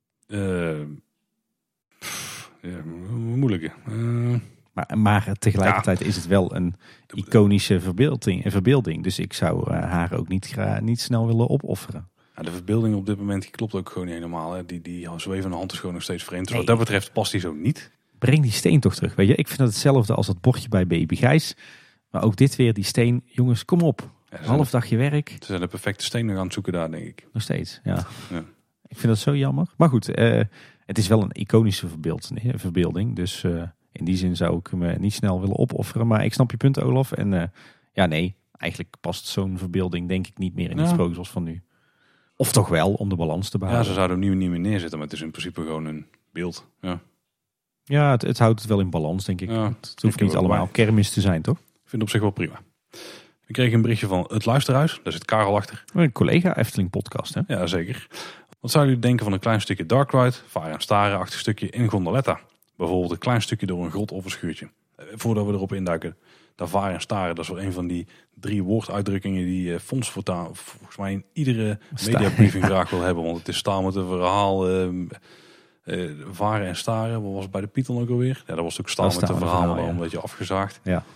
Moeilijke. Maar tegelijkertijd is het wel een iconische verbeelding. Dus ik zou haar ook niet snel willen opofferen. Ja, de verbeelding op dit moment die klopt ook gewoon niet helemaal. Hè. Die zwevende hand is gewoon nog steeds vreemd. Dus wat dat betreft past die zo niet. Breng die steen toch terug. Weet je? Ik vind het hetzelfde als dat bordje bij Baby Gijs. Maar ook dit weer, die steen. Jongens, kom op. Een half dagje werk. Ze zijn de perfecte steen nog aan het zoeken daar, denk ik. Nog steeds, ja. Ik vind dat zo jammer. Maar goed, het is wel een iconische verbeelding. Dus in die zin zou ik hem niet snel willen opofferen. Maar ik snap je punt, Olaf. En nee, eigenlijk past zo'n verbeelding denk ik niet meer in het Sprookjesbos van nu. Of toch wel, om de balans te behouden. Ja, ze zouden hem nu niet meer neerzetten. Maar het is in principe gewoon een beeld. Ja, het houdt het wel in balans, denk ik. Ja, het hoeft niet allemaal kermis te zijn, toch? Ik vind het op zich wel prima. We kregen een berichtje van Het Luisterhuis. Daar zit Karel achter. Een collega Efteling podcast, hè? Ja, zeker. Wat zouden jullie denken van een klein stukje dark ride, varen en staren-achtig stukje in Gondoletta? Bijvoorbeeld een klein stukje door een grot of een schuurtje. Voordat we erop induiken, dat varen en staren, dat is wel een van die 3 woorduitdrukkingen die Fons Fortuin volgens mij in iedere mediabriefing graag wil hebben. Want het is staan met een verhaal, varen en staren. Wat was het bij de Python ook alweer? Ja, dat was ook staan met een verhaal, een beetje afgezaagd. Ja,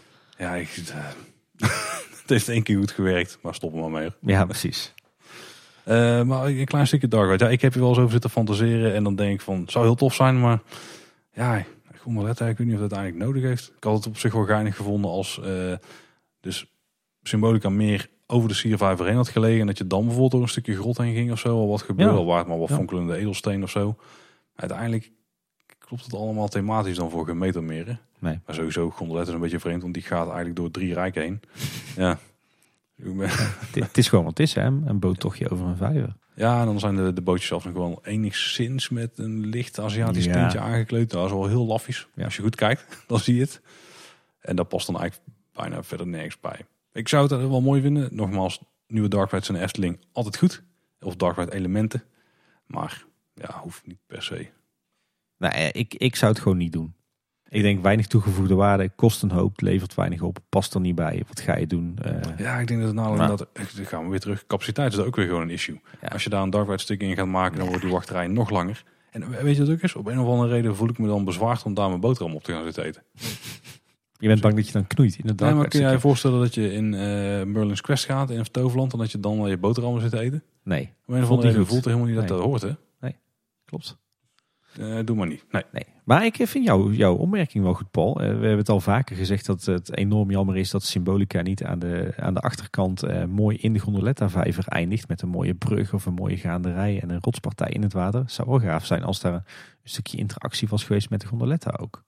het heeft 1 keer goed gewerkt, maar stop er maar mee. Ja, precies. Maar een klein stukje dark ride. Ja, ik heb er wel eens over zitten fantaseren en dan denk ik van, het zou heel tof zijn, maar ja, Gondoletta, ik weet niet of dat uiteindelijk nodig heeft. Ik had het op zich wel geinig gevonden als dus Symbolica meer over de Siervijver heen had gelegen en dat je dan bijvoorbeeld door een stukje grot heen ging of zo, al wat gebeurde, al waard maar wat fonkelende edelsteen of zo. Uiteindelijk klopt het allemaal thematisch dan voor geen meter meer. Hè? Nee. Maar sowieso Gondoletta is een beetje vreemd, want die gaat eigenlijk door 3 rijken heen. Ja. Het is gewoon wat het is, hè? Een boottochtje over een vijver. Ja, en dan zijn de bootjes zelfs nog wel enigszins met een licht Aziatisch tintje aangekleed. Dat is wel heel laffies. Ja. Als je goed kijkt, dan zie je het. En dat past dan eigenlijk bijna verder nergens bij. Ik zou het wel mooi vinden. Nogmaals, nieuwe Dark Rides en Efteling altijd goed. Of Dark Ride elementen. Maar ja, hoeft niet per se. Nou, ik zou het gewoon niet doen. Ik denk weinig toegevoegde waarde, kost een hoop, levert weinig op, past er niet bij. Wat ga je doen? Ja, ik denk dat het nadeel dat dan gaan we weer terug. Capaciteit is ook weer gewoon een issue. Ja. Als je daar een Dark Ride stuk in gaat maken, dan wordt die wachtrij nog langer. En weet je wat ook is? Op een of andere reden voel ik me dan bezwaard om daar mijn boterham op te gaan zitten eten. Je bent bang dat je dan knoeit in het Dark Ride. Maar kun jij je voorstellen dat je in Merlin's Quest gaat in Toverland en dat je dan je boterhammen zit te eten? Nee. Op een of andere reden voelt er helemaal niet dat hoort, hè? Nee, klopt. Doe maar niet. Nee. Maar ik vind jouw opmerking wel goed, Paul. We hebben het al vaker gezegd dat het enorm jammer is dat Symbolica niet aan de achterkant mooi in de Gondoletta-vijver eindigt. Met een mooie brug of een mooie gaanderij en een rotspartij in het water. Het zou wel gaaf zijn als daar een stukje interactie was geweest met de Gondoletta ook.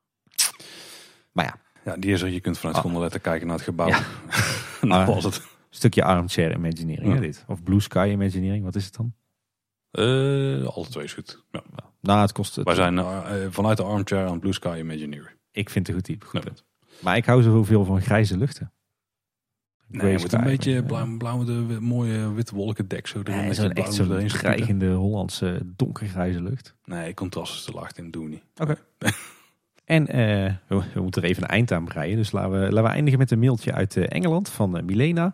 Maar ja. Ja, die is er. Je kunt vanuit Gondoletta kijken naar het gebouw. Ja. Nou was het. Een stukje armchair imagineering, hè, dit. Of blue sky imagineering, wat is het dan? Alle twee is goed. Ja. Nou, het kost het. Wij zijn vanuit de armchair aan Blue Sky Imagineering. Ik vind het een goed type. Goed punt. Maar ik hou zoveel van grijze luchten. Nee, je moet een beetje blauw de mooie witte wolkendek. Zo erin. Zo'n echt zo'n dreigende Hollandse donkergrijze lucht. Nee, contrast is te laag in, doen we niet. Oké. En we moeten er even een eind aan breien. Dus laten we eindigen met een mailtje uit Engeland van Milena.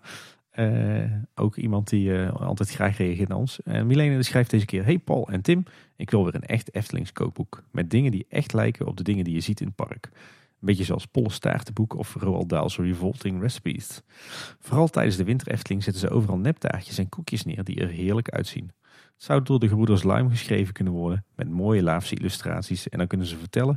Ook iemand die altijd graag reageert naar ons. Milena schrijft deze keer: Hey Paul en Tim, ik wil weer een echt Eftelings kookboek. Met dingen die echt lijken op de dingen die je ziet in het park. Een beetje zoals Polles Taartenboek of Roald Dahl's Revolting Recipes. Vooral tijdens de winter Efteling zetten ze overal neptaartjes en koekjes neer die er heerlijk uitzien. Het zou door de gebroeders Luim geschreven kunnen worden met mooie Laafse illustraties. En dan kunnen ze vertellen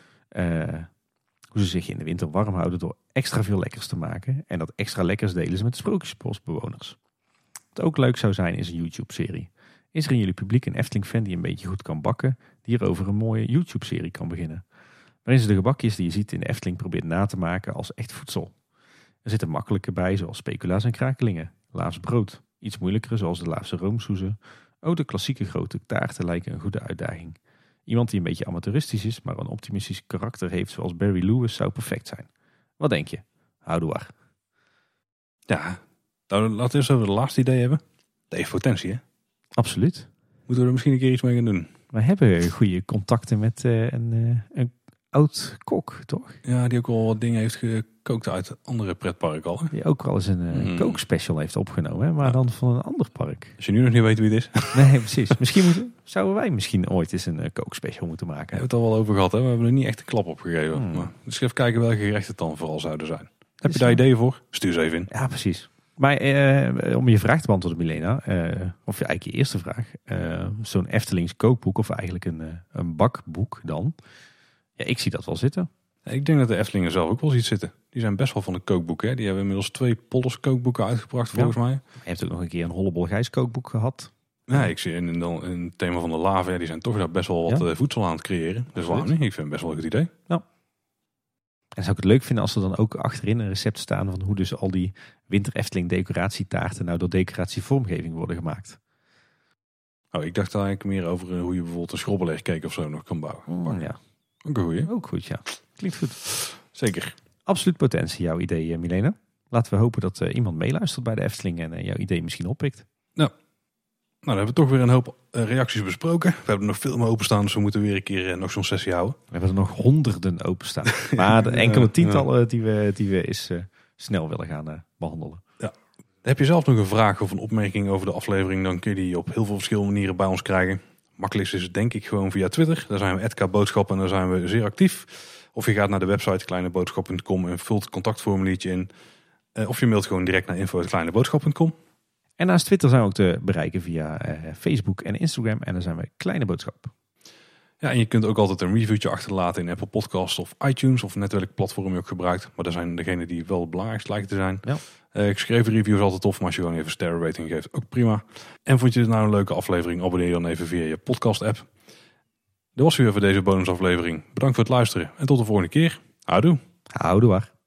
hoe ze zich in de winter warm houden door extra veel lekkers te maken. En dat extra lekkers delen ze met de Sprookjesbosbewoners. Wat ook leuk zou zijn is een YouTube-serie. Is er in jullie publiek een Efteling-fan die een beetje goed kan bakken, die erover een mooie YouTube-serie kan beginnen? Waarin ze de gebakjes die je ziet in de Efteling probeert na te maken als echt voedsel. Er zitten makkelijke bij zoals specula's en krakelingen, Laafs brood. Iets moeilijkere zoals de Laafse roomsoezen. Ook de klassieke grote taarten lijken een goede uitdaging. Iemand die een beetje amateuristisch is, maar een optimistisch karakter heeft zoals Barry Lewis zou perfect zijn. Wat denk je? Houdoir. Ja, nou, laten we eens over de laatste idee hebben. Dat heeft potentie, hè? Absoluut. Moeten we er misschien een keer iets mee gaan doen? We hebben goede contacten met een oud kok, toch? Ja, die ook al wat dingen heeft gekookt uit andere pretparken al. Hè? Die ook wel eens een kookspecial heeft opgenomen, hè? Maar dan van een ander park. Als je nu nog niet weet wie het is. Nee, precies. Zouden wij misschien ooit eens een kookspecial moeten maken. We hebben het al wel over gehad, hè? We hebben er niet echt een klap op gegeven. Maar, dus even kijken welke gerechten het dan vooral zouden zijn. Heb je daar ideeën voor? Stuur ze even in. Ja, precies. Maar om je vraag te beantwoorden, Milena, of eigenlijk je eerste vraag. Zo'n Eftelings kookboek of eigenlijk een bakboek dan. Ja, ik zie dat wel zitten. Ik denk dat de Eftelingen zelf ook wel ziet zitten. Die zijn best wel van de kookboeken. Hè? Die hebben inmiddels 2 Polles kookboeken uitgebracht volgens mij. Je hebt ook nog een keer een Hollebol Gijs kookboek gehad. Ja, ik zie in het thema van de lava, die zijn toch daar best wel wat voedsel aan het creëren. Dus waarom niet? Ik vind het best wel een goed idee. Ja. En zou ik het leuk vinden als er dan ook achterin een recept staan van hoe dus al die winter Efteling decoratietaarten nou door decoratievormgeving worden gemaakt. Oh, ik dacht eigenlijk meer over hoe je bijvoorbeeld een schrobbelegcake of zo nog kan bouwen. Ja. Ook een goeie. Ook goed, ja. Klinkt goed. Zeker. Absoluut potentie, jouw idee, Milena. Laten we hopen dat iemand meeluistert bij de Efteling en jouw idee misschien oppikt. Nou, dan hebben we toch weer een hoop reacties besproken. We hebben nog veel meer openstaan, dus we moeten weer een keer nog zo'n sessie houden. We hebben er nog honderden openstaan. Maar de enkele tientallen die we eens snel willen gaan behandelen. Ja. Heb je zelf nog een vraag of een opmerking over de aflevering, dan kun je die op heel veel verschillende manieren bij ons krijgen. Makkelijkst is het denk ik gewoon via Twitter. Daar zijn we @kboodschappen en daar zijn we zeer actief. Of je gaat naar de website kleineboodschap.com en vult het contactformuliertje in. Of je mailt gewoon direct naar info@kleineboodschap.com. En naast Twitter zijn we ook te bereiken via Facebook en Instagram. En dan zijn we Kleine Boodschap. Ja, en je kunt ook altijd een reviewtje achterlaten in Apple Podcasts of iTunes. Of net welk platform je ook gebruikt. Maar dat zijn degenen die wel het belangrijkst lijken te zijn. Ja. Geschreven reviews altijd tof, maar als je gewoon even sterren rating geeft, ook prima. En vond je dit nou een leuke aflevering, abonneer je dan even via je podcast app. Dat was weer voor deze bonusaflevering. Bedankt voor het luisteren en tot de volgende keer. Houdoe. Houdoe.